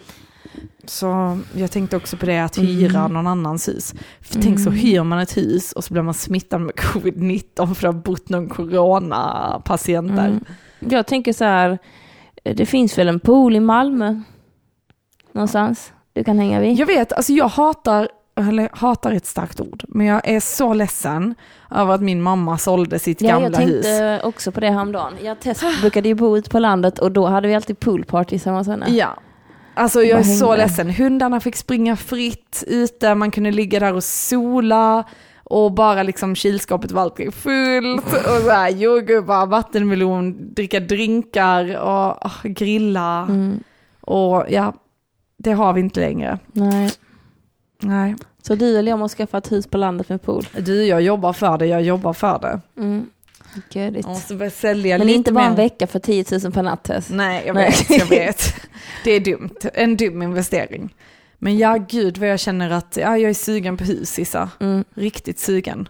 Så jag tänkte också på det att hyra mm. någon annans hus. För mm. tänk så hyr man ett hus och så blir man smittad med covid nitton för att ha bott någon coronapatient där. Mm. Jag tänker så här, det finns väl en pool i Malmö någonstans du kan hänga vid. Jag vet, alltså jag hatar, eller hatar ett starkt ord, men jag är så ledsen över att min mamma sålde sitt ja, gamla hus. Jag tänkte hus. också på det häromdagen. Jag test, brukade ju bo ute på landet och då hade vi alltid poolparty samma henne. Ja. Alltså jag är så ledsen. Hundarna fick springa fritt ute, man kunde ligga där och sola och bara liksom kylskåpet var alltid fullt och så här jordgubbar, vattenmelon, dricka drinkar och oh, grilla. Mm. Och ja, det har vi inte längre. Nej. Nej. Så du eller jag måste skaffa ett hus på landet med pool? Du, jag jobbar för det, jag jobbar för det. Mm. Gödigt. Måste sälja men lite inte bara mer. En vecka för tio tusen per natt. Nej, jag vet, jag vet. Det är dumt. En dum investering. Men ja, gud vad jag känner att ja, jag är sugen på hus, Issa. Mm. Riktigt sugen.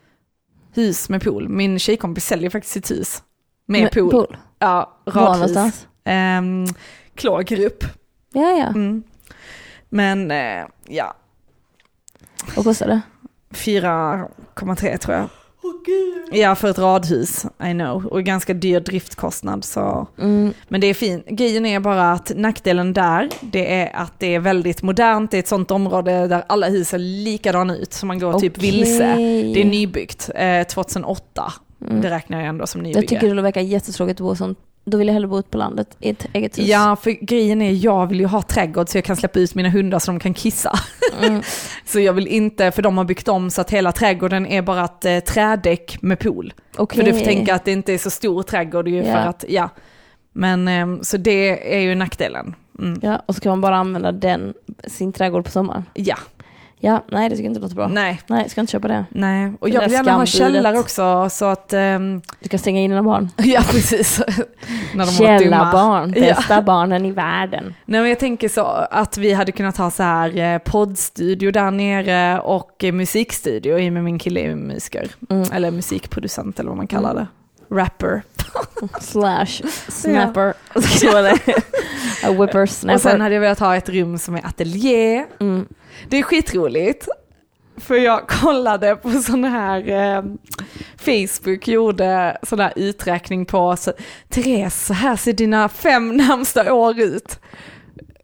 Hus med pool. Min tjejkompis säljer faktiskt sitt hus. Med, med pool. pool. Ja, radhus. Ehm, Klågerup. Ja, ja. Mm. Men eh, ja. Vad kostar det? fyra komma tre tror jag. Oh, ja, för ett radhus, I know. Och ganska dyr driftkostnad. Så. Mm. Men det är fint. Grejen är bara att nackdelen där, det är att det är väldigt modernt. Det är ett sånt område där alla hus ser likadana ut. Så man går okay. typ vilse. Det är nybyggt. Eh, tjugohundraåtta. Mm. Det räknar jag ändå som nybygge. Jag tycker det verkar jättetråkigt att bo sånt. Då vill jag hellre bo ut på landet i ett eget hus. Ja, för grejen är jag vill ju ha trädgård så jag kan släppa ut mina hundar så de kan kissa. Mm. Så jag vill inte, för de har byggt om så att hela trädgården är bara ett eh, trädäck med pool. Okay. För du får tänka att det inte är så stor trädgård ju yeah. för att, ja. Men eh, så det är ju nackdelen. Mm. Ja, och så kan man bara använda den, sin trädgård på sommaren. Ja. Ja, nej det ska inte låta bra. Nej. Nej, jag ska inte köpa det. Nej, och jag vill gärna ha källare också så att... Um... Du kan stänga in dina barn. Ja, precis. När de Källarbarn, bästa ja. barnen i världen. Nej, men jag tänker så att vi hade kunnat ha så här poddstudio där nere och musikstudio i med min kille är musiker. Mm. Eller musikproducent eller vad man kallar det. Rapper. Slash snapper. Ja. Så var det. A whipper snapper. Och sen hade jag velat ha ett rum som är ateljé. Mm. Det är skitroligt. För jag kollade på sån här eh, Facebook gjorde sån här uträkning på så, Therese, så här ser dina fem närmsta år ut.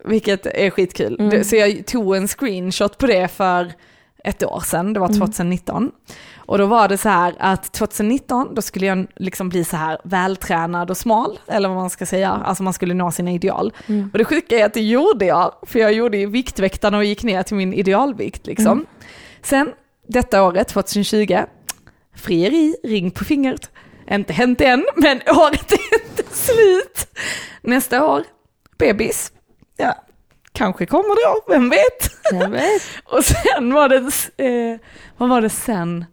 vilket är skitkul. Mm. Så jag tog en screenshot på det för ett år sedan, det var tjugonitton. Mm. Och då var det så här att tjugonitton, då skulle jag liksom bli så här vältränad och smal, eller vad man ska säga, alltså man skulle nå sina ideal. Mm. Och det sjuka är att det gjorde jag, för jag gjorde ju Viktväktarna och gick ner till min idealvikt liksom. Mm. Sen, detta året, tjugotjugo, frieri, ring på fingret. Inte hänt än, men året är inte slut. Nästa år, bebis. Ja, kanske kommer då, vem vet? Jag vet. Och sen var det, eh, vad var det sen?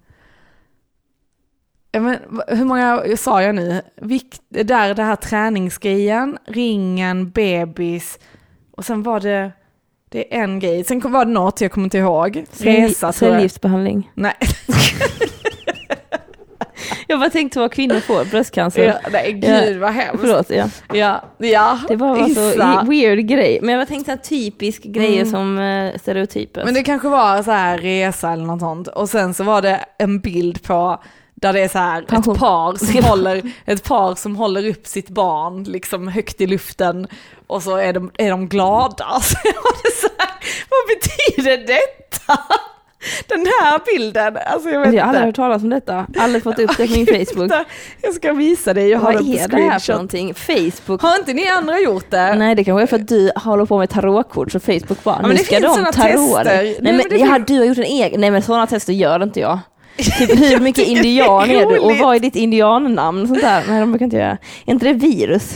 Men, hur många sa jag nu? Vikt, där det här träningsgrejen, ringen, bebis, och sen var det, det är en grej. Sen var det något jag kommer inte ihåg. Resa. Cellgiftsbehandling. Nej. Jag bara tänkte vad kvinnor får, bröstcancer. Ja, nej, gud ja. vad hemskt. Förlåt, ja. Ja, ja. Det bara var så weird grej. Men jag tänkte så typisk grejer mm. som uh, stereotyper. Men det kanske var så här resa eller något sånt. Och sen så var det en bild på där det är så här ett par som håller ett par som håller upp sitt barn liksom högt i luften, och så är de är de glada. Så var det så här, vad betyder detta? Den här bilden, alltså jag vet jag har aldrig inte. hört talas om detta. Aldrig fått upp det på min Facebook. Jag ska visa dig. Jag har vad det är det här för någonting? Facebook. Har inte ni andra gjort det? Nej, det kanske är för att du håller på med tarotkort, så Facebook bara, ja, nu ska de tarot. Nej, men, men det ja, du har gjort en egen. Nej, men sådana tester gör inte jag. Typ, hur mycket indian är, är du? Och vad är ditt indiannamn? Sånt där. Nej, de brukar inte göra. Är inte det virus?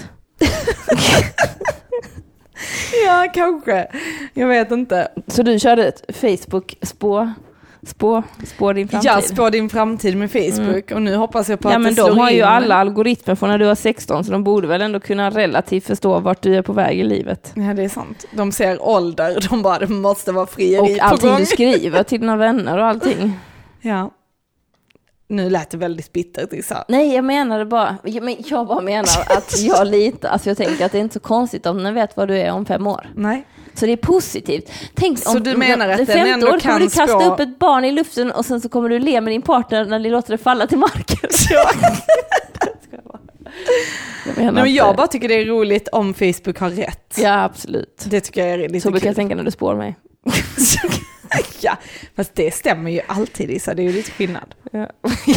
Ja, kanske. Jag vet inte. Så du körde ett Facebook-spå? Spå, spå din framtid. Ja, spå din framtid med Facebook. Mm. Och nu hoppas jag på ja, att men det de har in. ju alla algoritmer från när du var sexton, så de borde väl ändå kunna relativt förstå vart du är på väg i livet. Ja, det är sant. De ser ålder, de bara, det måste vara frieri och allting du skriver till dina vänner och allting. Ja. Nu lät det väldigt bittert, Issa. Nej, jag menade bara, jag, jag bara menar att jag litar, alltså jag tänker att det är inte så konstigt om den vet vad du är om fem år. Nej. Så det är positivt. Tänk så om du menar att den ändå år kan kommer du kasta spå... upp ett barn i luften och sen så kommer du le med din partner när ni låter det falla till marken. Ja. jag, menar Nej, men jag bara tycker det är roligt om Facebook har rätt. Ja, absolut. Det tycker jag är lite så brukar kul. jag tänka när du spår mig. Ja, fast det stämmer ju alltid, Issa. Det är ju lite skillnad. Ja.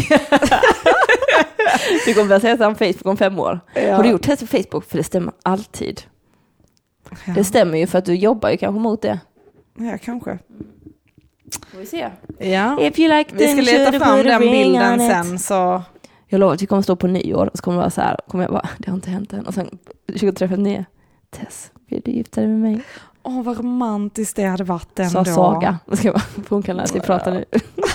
Du kommer börja säga om Facebook om fem år. Ja. Har du gjort test på Facebook? För det stämmer alltid. Ja. Det stämmer ju för att du jobbar ju kanske mot det. Ja, kanske. Får vi se. Ja. If you like vi ska leta fram den bilden sen. Så... Jag lovar att vi kommer stå på nyår och så kommer det vara så här. Kommer jag bara, det har inte hänt än. Och sen tjugotrettionio. Tess, vill du gifta dig med mig? Åh, oh, vad romantiskt det hade varit ändå. Sa Saga. Ska bara, hon kan lära sig prata nu.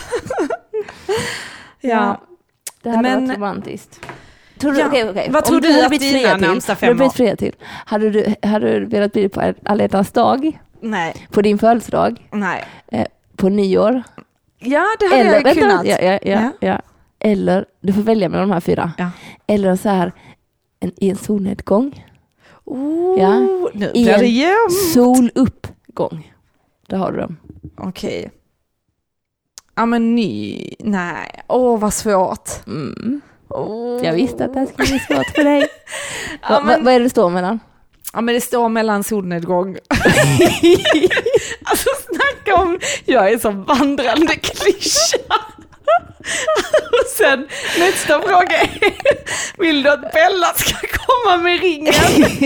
Ja. Det hade men... varit romantiskt. Tror du, ja. okay, okay. Vad tror Om du, du att dina närmsta fem år? Hade du blivit till? Hade du, hade du velat bli på alla hjärtans dag? Nej. På din födelsedag? Nej. Eh, på nyår? Ja, det hade eller, jag vänta, kunnat. Ja, ja, ja, ja. ja. Eller, du får välja mellan de här fyra. Ja. Eller så här, en, i en solnedgång. Oh, ja. Nu I blir det en jämnt. soluppgång. Där har du dem. Okej. Okay. Ja, men ny... Nej. Åh, oh, vad svårt. Mm. Oh. Jag visste att det skulle bli svårt för dig. ja, va, men... va, vad är det det står mellan? Ja, men det står mellan solnedgång. Alltså snacka om, jag är som vandrande klyscha. Och sen nästa fråga är, vill du att Bella ska komma med ringen?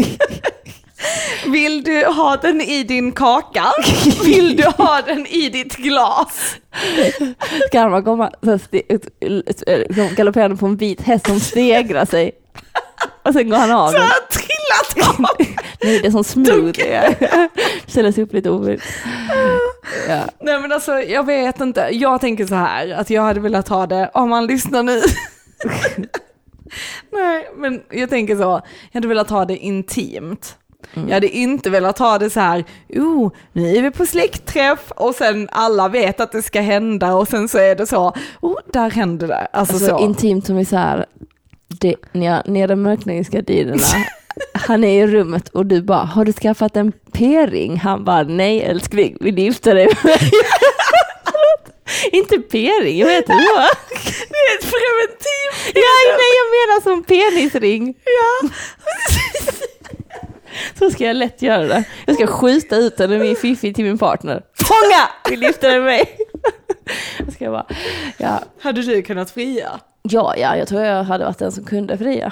Vill du ha den i din kaka? Vill du ha den i ditt glas? Ska man komma så st- galopperande på en vit häst som stegrar sig? Och sen går han av. Så har jag trillat av. Nej, det är som smooth. Ställer sig upp lite ovilt. Ja. Nej, men alltså, jag vet inte. Jag tänker så här, att jag hade velat ha det, om man lyssnar nu. Nej, men jag tänker så. Jag hade velat ha det intimt. Mm. Jag hade inte velat ha det så här, oh, nu är vi på släktträff och sen alla vet att det ska hända och sen så är det så, oh, där händer det. Alltså, alltså så. Intimt som är så här, det, nere, nere mörkningsgardinerna. Han är i rummet och du bara, har du skaffat en p-ring? Han bara, nej älskling, vill du gifta dig med mig? Inte p-ring, jag vet inte vad. Det är ett preventiv. Ja, nej, jag menar som penisring. Ja. Så ska jag lätt göra det. Jag ska skjuta ut den med min fiffi till min partner. Fånga! Vi lyfter den mig. Jag ska bara, ja. Hade du kunnat fria? Ja, ja, jag tror jag hade varit den som kunde fria.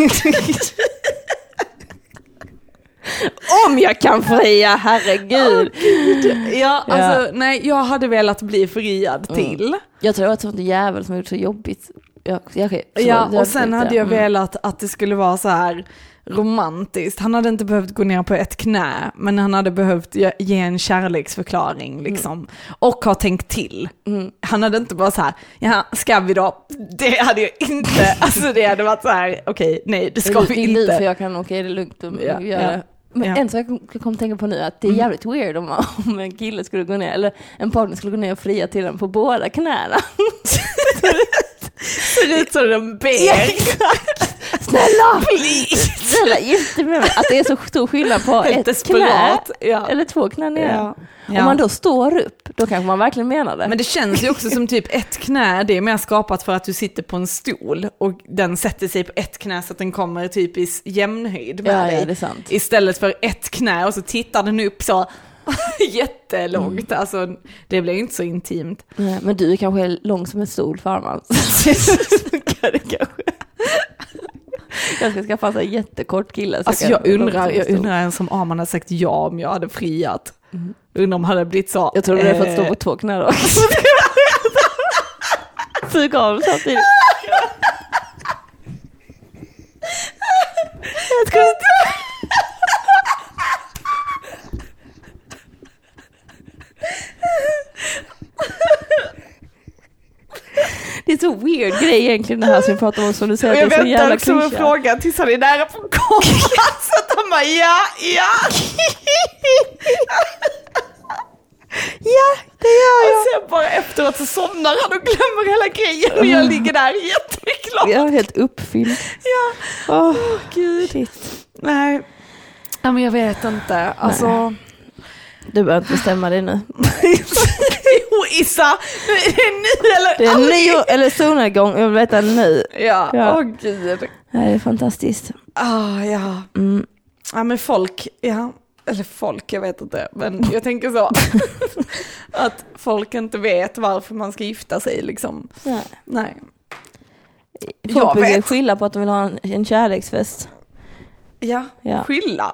Om jag kan fria, herregud. Oh, ja, alltså, ja. Nej, jag hade velat bli friad till. Mm. Jag tror att det var en jävel som gjort så jobbigt. Jag, jag, så ja, och sen hade jag mm. velat att det skulle vara så här romantiskt. Han hade inte behövt gå ner på ett knä, men han hade behövt ge en kärleksförklaring liksom. Mm. Och ha tänkt till. Mm. Han hade inte bara så här, ja, ska vi då? Det hade jag inte, alltså det hade varit så här, okej, okay, nej, det ska det, vi det inte. Det är för jag kan, okej, okay, det är lugnt att ja, göra. Ja. Men ja. En sak jag kom att tänka på nu, att det är jävligt mm. weird om, om en kille skulle gå ner, eller en partner skulle gå ner och fria till den på båda knäna. Ser ut som en ber. Snälla, snälla, inte med mig. Att det är så stor skillnad på ett desperat. knä ja. eller två knän ner. Ja. Ja. Om man då står upp, då kanske man verkligen menar det. Men det känns ju också som typ ett knä, det är mer skapat för att du sitter på en stol och den sätter sig på ett knä så att den kommer typ i jämnhöjd med ja, dig. Ja, det är sant. Istället för ett knä och så tittar den upp så jättelångt. Mm. Alltså, det blir inte så intimt. Nej, men du är kanske är lång som en stol för armarna. det kanske. Jag ska skaffa en jättekort kille. Så alltså jag, jag undrar, jag undrar ens om Arman hade sagt ja om jag hade friat. Mm. Undrar om han hade blivit så. Jag tror du hade eh... fått stå på två knä också. Suga av samtidigt. Jag ska inte... Det är så weird grej egentligen det här som vi pratar om, som du säger. Jag det är så jävla väntar också med frågan tills han är nära på att komma. Så att han bara, ja, ja. Ja, det gör jag. Och sen bara efteråt så somnar han och glömmer hela grejen. Och jag ligger där jätteklart. Jag är helt uppfylld. Ja, åh oh, gud. Shit. Nej, ja, men jag vet inte. Alltså... Nej. Du behöver inte bestämma dig nu. Jo, Issa. Är det nu eller det är ny eller solnedgång. Jag vill veta nu. Ja, åh ja. Oh, gud. Det är fantastiskt. Ah, ja. Mm. Ja, men folk, ja. Eller folk, jag vet inte. Men jag tänker så. Att folk inte vet varför man ska gifta sig, liksom. Nej. Nej. Folk jag vill skylla på att de vill ha en, en kärleksfest. Ja, ja. Skylla.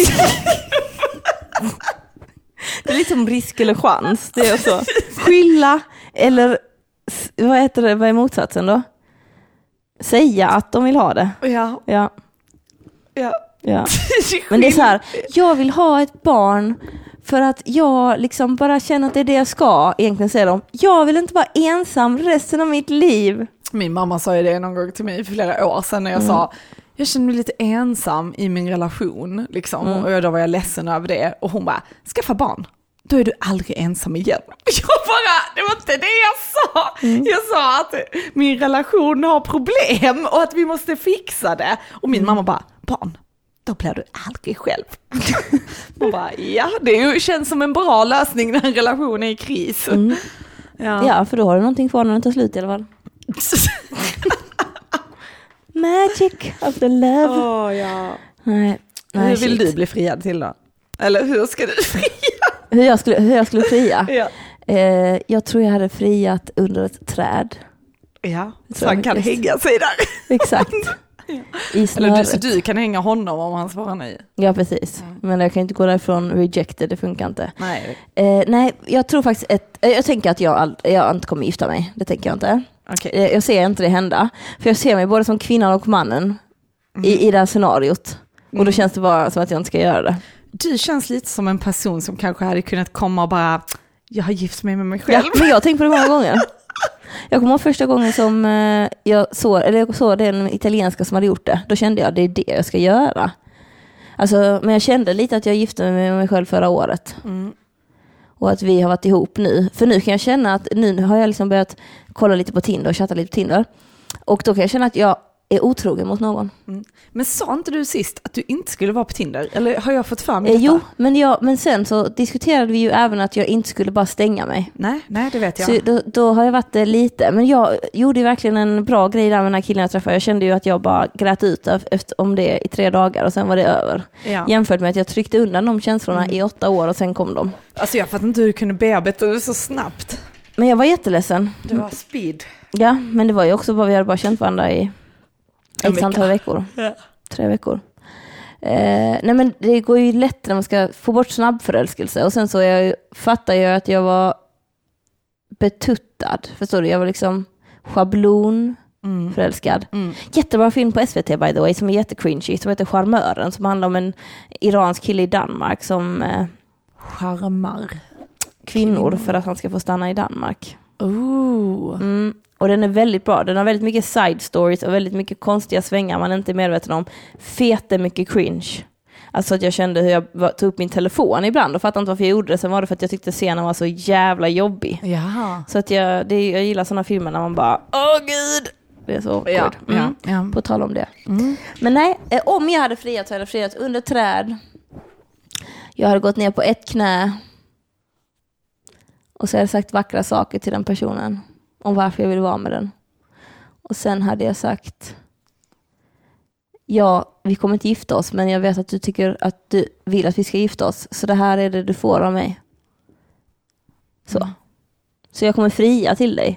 Det är liksom risk eller chans. Det är så. Skylla eller vad heter det? Vad är motsatsen då? Säga att de vill ha det. Ja. Ja. Ja. Ja. Men det är så här, jag vill ha ett barn för att jag liksom bara känner att det är det jag ska. Egentligen säger de, jag vill inte vara ensam resten av mitt liv. Min mamma sa ju det någon gång till mig för flera år sedan när jag mm. sa, jag känner mig lite ensam i min relation liksom. Mm. Och då var jag ledsen över det. Och hon bara, skaffa barn. Då är du aldrig ensam igen. Jag bara, det var inte det jag sa. Mm. Jag sa att min relation har problem och att vi måste fixa det. Och min mm. mamma bara, barn, då blir du aldrig själv. Man bara, ja, det är ju, känns som en bra lösning när en relation är i kris. Mm. Ja. Ja, för då har du någonting kvar när den tar slut i alla fall. Magic of the love. Åh, oh, ja. Nej, nej, hur vill shit. du bli friad till då? Eller hur ska du fria? Hur jag skulle, hur jag skulle fria? Ja. Eh, jag tror jag hade friat under ett träd. Ja, så han kan hänga sig där. Exakt. Ja. I Eller du, så du kan hänga honom om han svarar nej. Ja, precis. Mm. Men jag kan inte gå därifrån rejected, det funkar inte. Nej. Eh, nej, jag tror faktiskt ett, jag tänker att jag, all, jag inte kommer gifta mig. Det tänker jag inte. Okay. Eh, jag ser inte det hända. För jag ser mig både som kvinnan och mannen mm. i, i det här scenariot. Mm. Och då känns det bara som att jag inte ska göra det. Du känns lite som en person som kanske hade kunnat komma och bara, jag har gift mig med mig själv. Ja, men jag har tänkt på det många gånger. Jag kommer ihåg första gången som jag såg, eller jag såg den italienska som hade gjort det. Då kände jag, det är det jag ska göra. Alltså, men jag kände lite att jag gifte mig med mig själv förra året. Mm. Och att vi har varit ihop nu. För nu kan jag känna att nu har jag liksom börjat kolla lite på Tinder och chatta lite på Tinder. Och då kan jag känna att jag är otrogen mot någon. Mm. Men sa inte du sist att du inte skulle vara på Tinder? Eller har jag fått för mig eh, detta? Jo, men, jag, men sen så diskuterade vi ju även att jag inte skulle bara stänga mig. Nej, nej det vet jag. Så då, då har jag varit det lite. Men jag gjorde ju verkligen en bra grej där med den här killen jag träffade. Jag kände ju att jag bara grät ut efter, om det i tre dagar och sen var det över. Ja. Jämfört med att jag tryckte undan de känslorna mm. i åtta år och sen kom de. Alltså jag fattar inte hur du kunde bearbeta det så snabbt. Men jag var jätteledsen. Det var speed. Ja, men det var ju också bara vi hade bara känt varandra i ett antal veckor. Ja. Tre veckor. Eh, nej men det går ju lätt när man ska få bort snabbförälskelse. Och sen så jag, fattar jag att jag var betuttad. Förstår du? Jag var liksom schablon mm. förälskad. Mm. Jättebra film på S V T by the way som är jättecringy. Som heter Charmören. Som handlar om en iransk kille i Danmark som eh, charmar kvinnor för att han ska få stanna i Danmark. Oh. Mm. Och den är väldigt bra. Den har väldigt mycket side stories och väldigt mycket konstiga svängar man inte är medveten om. Fete mycket cringe. Alltså att jag kände hur jag var, tog upp min telefon ibland och fattade inte varför jag gjorde det. Sen var det för att jag tyckte scenen var så jävla jobbig. Jaha. Så att jag, det, jag gillar sådana filmer när man bara, åh gud. Det är så ja, mm. ja, ja. På tal om det. Mm. Men nej, om jag hade friat så hade jag friat under träd. Jag hade gått ner på ett knä. Och så hade jag sagt vackra saker till den personen. Om varför jag vill vara med den. Och sen hade jag sagt, ja, vi kommer inte gifta oss, men jag vet att du tycker att du vill att vi ska gifta oss. Så det här är det du får av mig. Så. Mm. Så jag kommer fria till dig.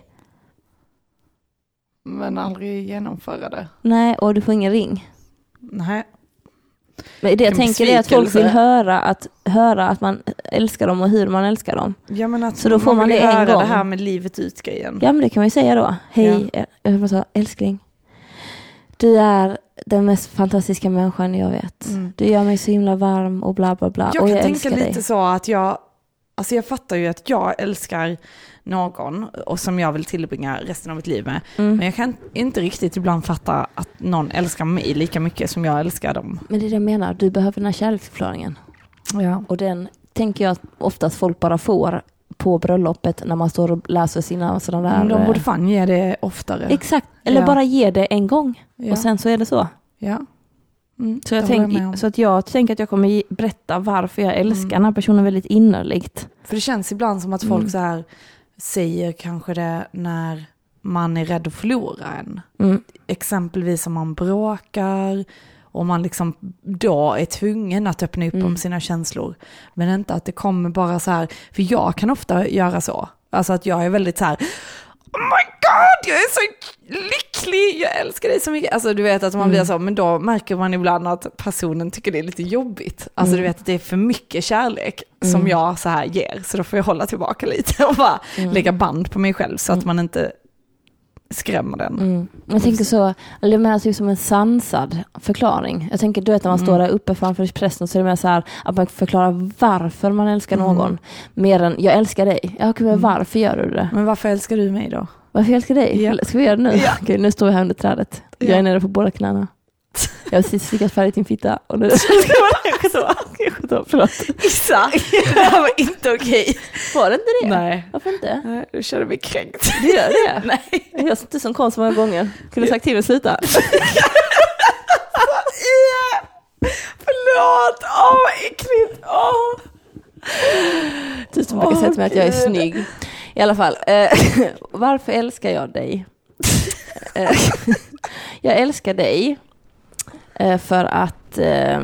Men aldrig genomföra det. Nej, och du får ingen ring. Nej. Men det jag tänker är att folk vill höra att, höra att man älskar dem och hur man älskar dem. Ja, men att så då får man, man det en gång. Det här med livet ut grejen. Ja, men det kan man ju säga då. Hej, ja. jag vill bara säga, älskling. Du är den mest fantastiska människan jag vet. Mm. Du gör mig så himla varm och bla bla bla. Jag och kan jag tänka lite dig. så att jag, alltså jag fattar ju att jag älskar någon och som jag vill tillbringa resten av mitt liv med. Mm. Men jag kan inte riktigt ibland fatta att någon älskar mig lika mycket som jag älskar dem. Men det är det jag menar. Du behöver den här kärleksförklaringen. Ja. Och den tänker jag att oftast folk bara får på bröllopet när man står och läser sina sådana där... Men de borde fan ge det oftare. Exakt. Eller ja. bara ge det en gång. Ja. Och sen så är det så. Ja. Mm, så, jag tänk, så att jag tänker att jag kommer ge, berätta varför jag älskar mm. den här personen väldigt innerligt. För det känns ibland som att folk mm. så här säger kanske det när man är rädd att förlora en. Mm. Exempelvis om man bråkar och man liksom då är tvungen att öppna upp mm. om sina känslor. Men inte att det kommer bara så här, för jag kan ofta göra så. Alltså att jag är väldigt så här, oh my god, jag är så lycklig, jag älskar dig så mycket. Alltså du vet att man mm. blir så, men då märker man ibland att personen tycker det är lite jobbigt. Alltså mm. du vet att det är för mycket kärlek mm. som jag så här ger. Så då får jag hålla tillbaka lite och bara mm. lägga band på mig själv så att man inte skrämmer den. Mm. Jag tänker så, eller jag menar typ som en sansad förklaring. Jag tänker du vet när man mm. står där uppe framför prästen så är det mer så här att man förklarar varför man älskar någon. Mm. Mer än, jag älskar dig. Ja, men varför gör du det? Men varför älskar du mig då? Varför jag älskar dig? Ja. Ska vi göra det nu? Ja. Okej, nu står vi här under trädet. Ja. Jag är nere på båda knäna. Jag har precis slickat färdigt din fitta. Och nu ska man förlåt. Issa, det här var inte okej. Var det inte det? Nej. Varför inte? Nej, du känner mig kränkt. Du gör det? Nej. Jag har inte som kom så många gånger. Kunde sagt till mig sluta. Förlåt, åh oh, vad äckligt. Åh. Du som brukar säga till mig att jag är snygg. I alla fall, eh, varför älskar jag dig? Jag älskar dig eh, för att eh,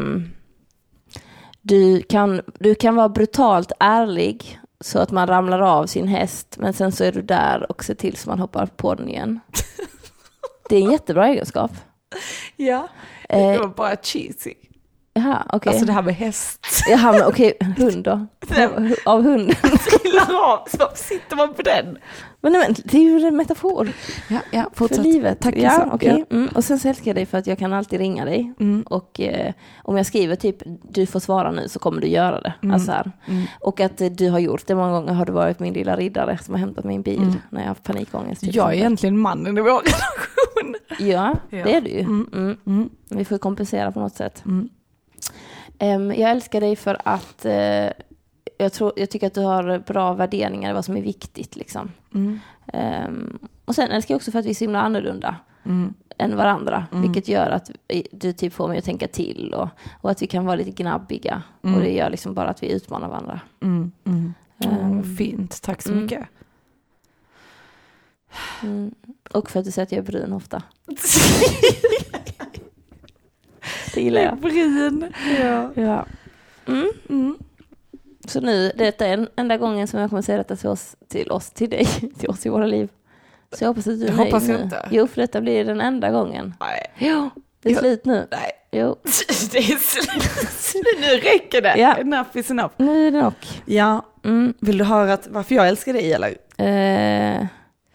du, kan, du kan vara brutalt ärlig så att man ramlar av sin häst, men sen så är du där och ser till så man hoppar på den igen. Det är en jättebra egenskap. Ja, det var bara cheesy. Jaha, okej. Okay. Alltså det här med häst. Jaha, men okej, okay. Hund då? Av, av hunden. Trillar av, så sitter man på den. Men, nej, men det är ju en metafor. Ja, ja, fortsätt. För livet. Tack ja, så. Okay. Ja. Mm. Och sen så älskar jag dig för att jag kan alltid ringa dig. Mm. Och eh, om jag skriver typ, du får svara nu så kommer du göra det. Mm. Alltså här. Mm. Och att eh, du har gjort det många gånger har du varit min lilla riddare som har hämtat min bil mm. när jag har panikångest. Typ jag är egentligen mannen i vår relation. Ja, ja, det är du ju. Mm. Mm. Mm. Vi får kompensera på något sätt. Mm. Um, jag älskar dig för att uh, jag, tror, jag tycker att du har bra värderingar i vad som är viktigt. Liksom. Mm. Um, och sen älskar jag också för att vi är så himla annorlunda. Mm. än varandra. Mm. Vilket gör att du typ får mig att tänka till. Och, och att vi kan vara lite gnabbiga. Mm. Och det gör liksom bara att vi utmanar varandra. Mm. Mm. Um, oh, fint, tack så mm. mycket. Mm. Och för att du säger att jag är brun ofta. Det gillar jag. Brun. Ja. Ja. Mm. Mm. Så nu, detta är den enda gången som jag kommer säga detta till oss, till oss, till dig, till oss i våra liv. Så jag hoppas att du är jag nöjd hoppas nu. inte. Jo, för detta blir den enda gången. Nej. Jo, det är jag, slut nu. Nej. Jo. Det är slut. Nu räcker det. Ja. Enough is enough. Nu är det nog. Ja. Mm. Vill du höra att, varför jag älskar dig eller? Eh...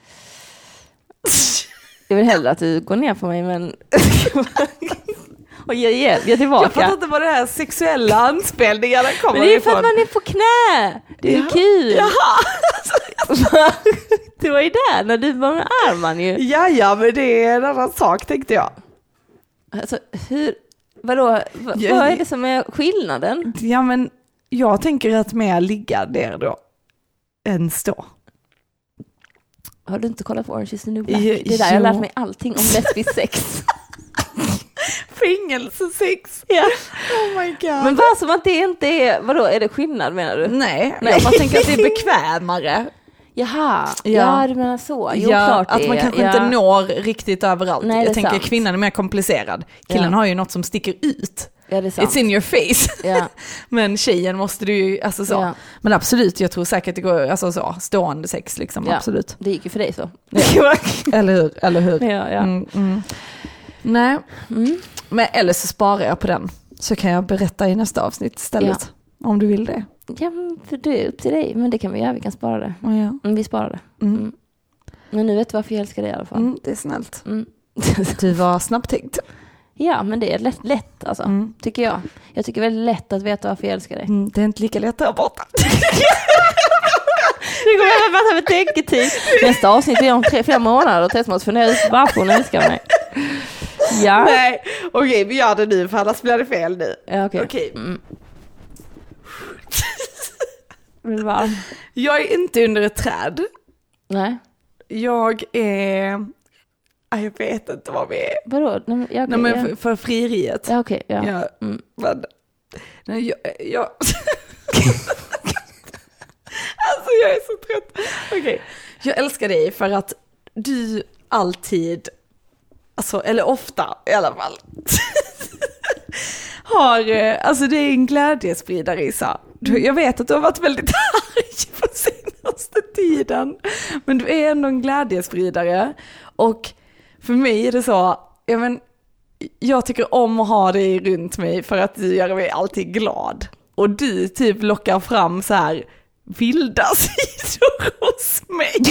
Jag vill hellre att du går ner på mig, men... och ge hjälp, ge tillbaka. Jag fattar inte vad det här sexuella anspelningarna kommer ifrån. Men det är för att man är på knä. Det är ja. kul. Jaha. Det var ju där, när du var med armarna ju. Ja, ja, men det är en annan sak, tänkte jag. Alltså, hur... Vadå? V- jag, vad är det som är skillnaden? Ja, men jag tänker att mer ligga där då än stå. Har du inte kollat på Orange is the New Black? Jo. Det är där jag har lärt mig allting om lesbisk sex. Fängelsesex. Ja. Oh my god. Men bara som att det inte är... Vadå, är det skillnad menar du? Nej, Nej. jag bara tänker att det är bekvämare. Jaha, ja, Ja. du menar så. Jo, Ja, klart att det man är. kanske ja. inte når riktigt överallt. Nej, det är jag tänker sant. kvinnan är mer komplicerad. Killen Ja. har ju något som sticker ut. Ja, det är sant. It's in your face. Ja. Men tjejen måste du ju, alltså så. Ja. Men absolut, jag tror säkert det går, alltså så, stående sex liksom, Ja. absolut. Det gick ju för dig så. Ja. Eller hur, eller hur. Ja, ja. Mm, mm. Nej, Mm. men eller så sparar jag på den. Så kan jag berätta i nästa avsnitt istället. Om du vill det. Ja, men för det är upp till dig. Men det kan vi göra, vi kan spara det. Oh, ja. Mm, vi sparar det. Mm. Mm. Men nu vet du varför jag älskar dig i alla fall. Mm, det är snällt. Mm. Du var snabbtänkt. Ja, men det är lätt, lätt alltså, Mm. tycker jag. Jag tycker det är väldigt lätt att veta varför jag älskar dig. Mm, det är inte lika lätt där borta. Det går över bara med tänketid. Nästa avsnitt är om tre, fyra månader och Tess måste fundera ut varför hon älskar mig. Ja. Nej, okej, vi gör det nu för annars blir det fel nu. Ja, okej. Okej. Mm. Vill varm. Jag är inte under ett träd. Nej. Jag är... Aj, jag vet inte vad vi är. Vadå? Nej, men, ja, okej, Nej, men ja. för, för frieriet. Ja, okej. Ja. Ja, Mm. men... Nej, jag... jag... alltså, jag är så trött. Okej. Jag älskar dig för att du alltid... Alltså, eller ofta i alla fall. har... eh, Alltså, det är en glädjespridare, Isa. Du, jag vet att du har varit väldigt arg på senaste tiden. Men du är ändå en glädjespridare. Och för mig är det så... Jag, men, jag tycker om att ha dig runt mig för att du gör mig alltid glad. Och du typ lockar fram så här vilda sidor hos mig.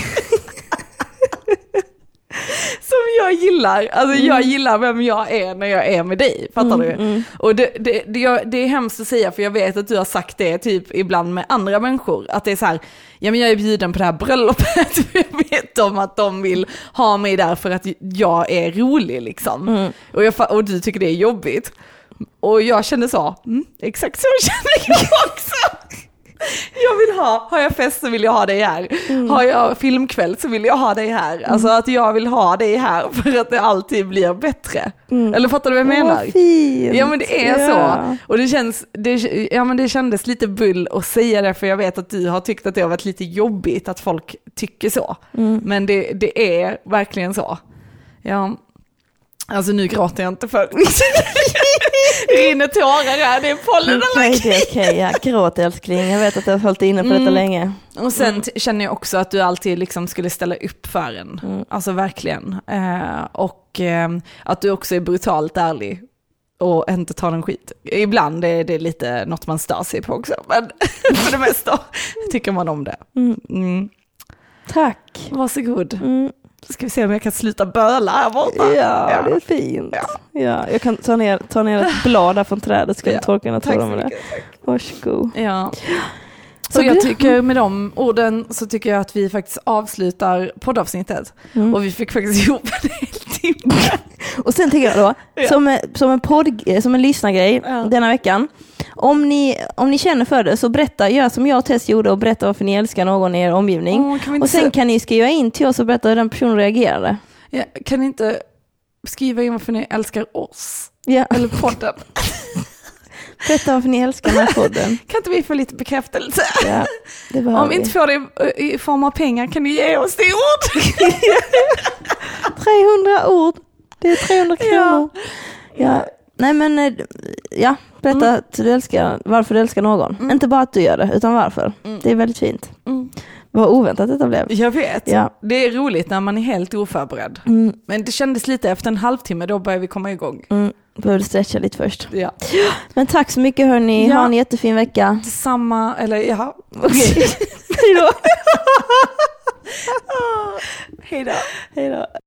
Som jag gillar. Alltså jag gillar vem jag är när jag är med dig. Fattar Mm, du? mm. Och det, det, det, jag- det är hemskt att säga, för jag vet att du har sagt det typ ibland med andra människor. Att det är så här, ja men jag är bjuden på det här bröllopet. För jag vet om att de vill ha mig där för att jag är rolig liksom. Mm. Och, jag, fa- och du tycker det är jobbigt. Och jag kände så, mm, exakt så känner jag också. Jag vill ha, har jag fest så vill jag ha dig här. Mm. Har jag filmkväll så vill jag ha dig här. Alltså att jag vill ha dig här för att det alltid blir bättre. Mm. Eller fattar du vad jag menar? Vad fint. Ja men det är Ja. så. Och det känns, det, ja, men det kändes lite bull att säga det, för jag vet att du har tyckt att det har varit lite jobbigt att folk tycker så. Mm. Men det, det är verkligen så. Ja. Alltså nu gråter jag inte för det rinner tårar här, det är pollen. Okej, det är okej. Ja, gråt älskling. Jag vet att jag har hållit inne på detta Mm. länge. Och sen t- känner jag också att du alltid liksom skulle ställa upp för en. Mm. Alltså verkligen. Eh, och eh, att du också är brutalt ärlig och inte tar en skit. Ibland är det lite något man stör sig på också. Men för det mesta tycker man om det. Mm. Mm. Tack. Varsågod. Mm. Ska vi se om jag kan sluta böla här borta. Ja, det är fint. Ja. Ja, jag kan ta ner, ta ner ett blad där från trädet. Ska Ja. jag torka något Tack tårar så med det. mycket. Tack. Varsågod. Ja. Så Så jag det- tycker med de orden så tycker jag att vi faktiskt avslutar poddavsnittet. Mm. Och vi fick faktiskt ihop en hel timme. Och sen tänker jag då, Ja. som, som en podd, som en lyssnargrej Ja. denna veckan. Om ni, om ni känner för det så berätta, gör som jag och Tess gjorde och berätta varför ni älskar någon i er omgivning. Åh, kan vi inte Och sen se- kan ni skriva in till oss och berätta hur den personen reagerade. Ja, kan inte skriva in varför ni älskar oss. Ja. Eller podden. Berätta varför ni älskar den här podden. Kan inte vi få lite bekräftelse? Ja, det om vi inte får det i form av pengar kan ni ge oss det ord. trehundra ord. Det är trehundra kronor. Ja. Ja. Nej men, ja. Berätta mm. att du älskar, varför du älskar någon. Mm. Inte bara att du gör det, utan varför. Mm. Det är väldigt fint. Mm. Vad oväntat detta blev. Jag vet. Ja. Det är roligt när man är helt oförberedd. Mm. Men det kändes lite efter en halvtimme, då börjar vi komma igång. Mm. Behövde stretcha lite först. Ja. Men tack så mycket hörni. Ja. Ha en jättefin vecka. Samma, eller ja. Okej. Okay. Hej då.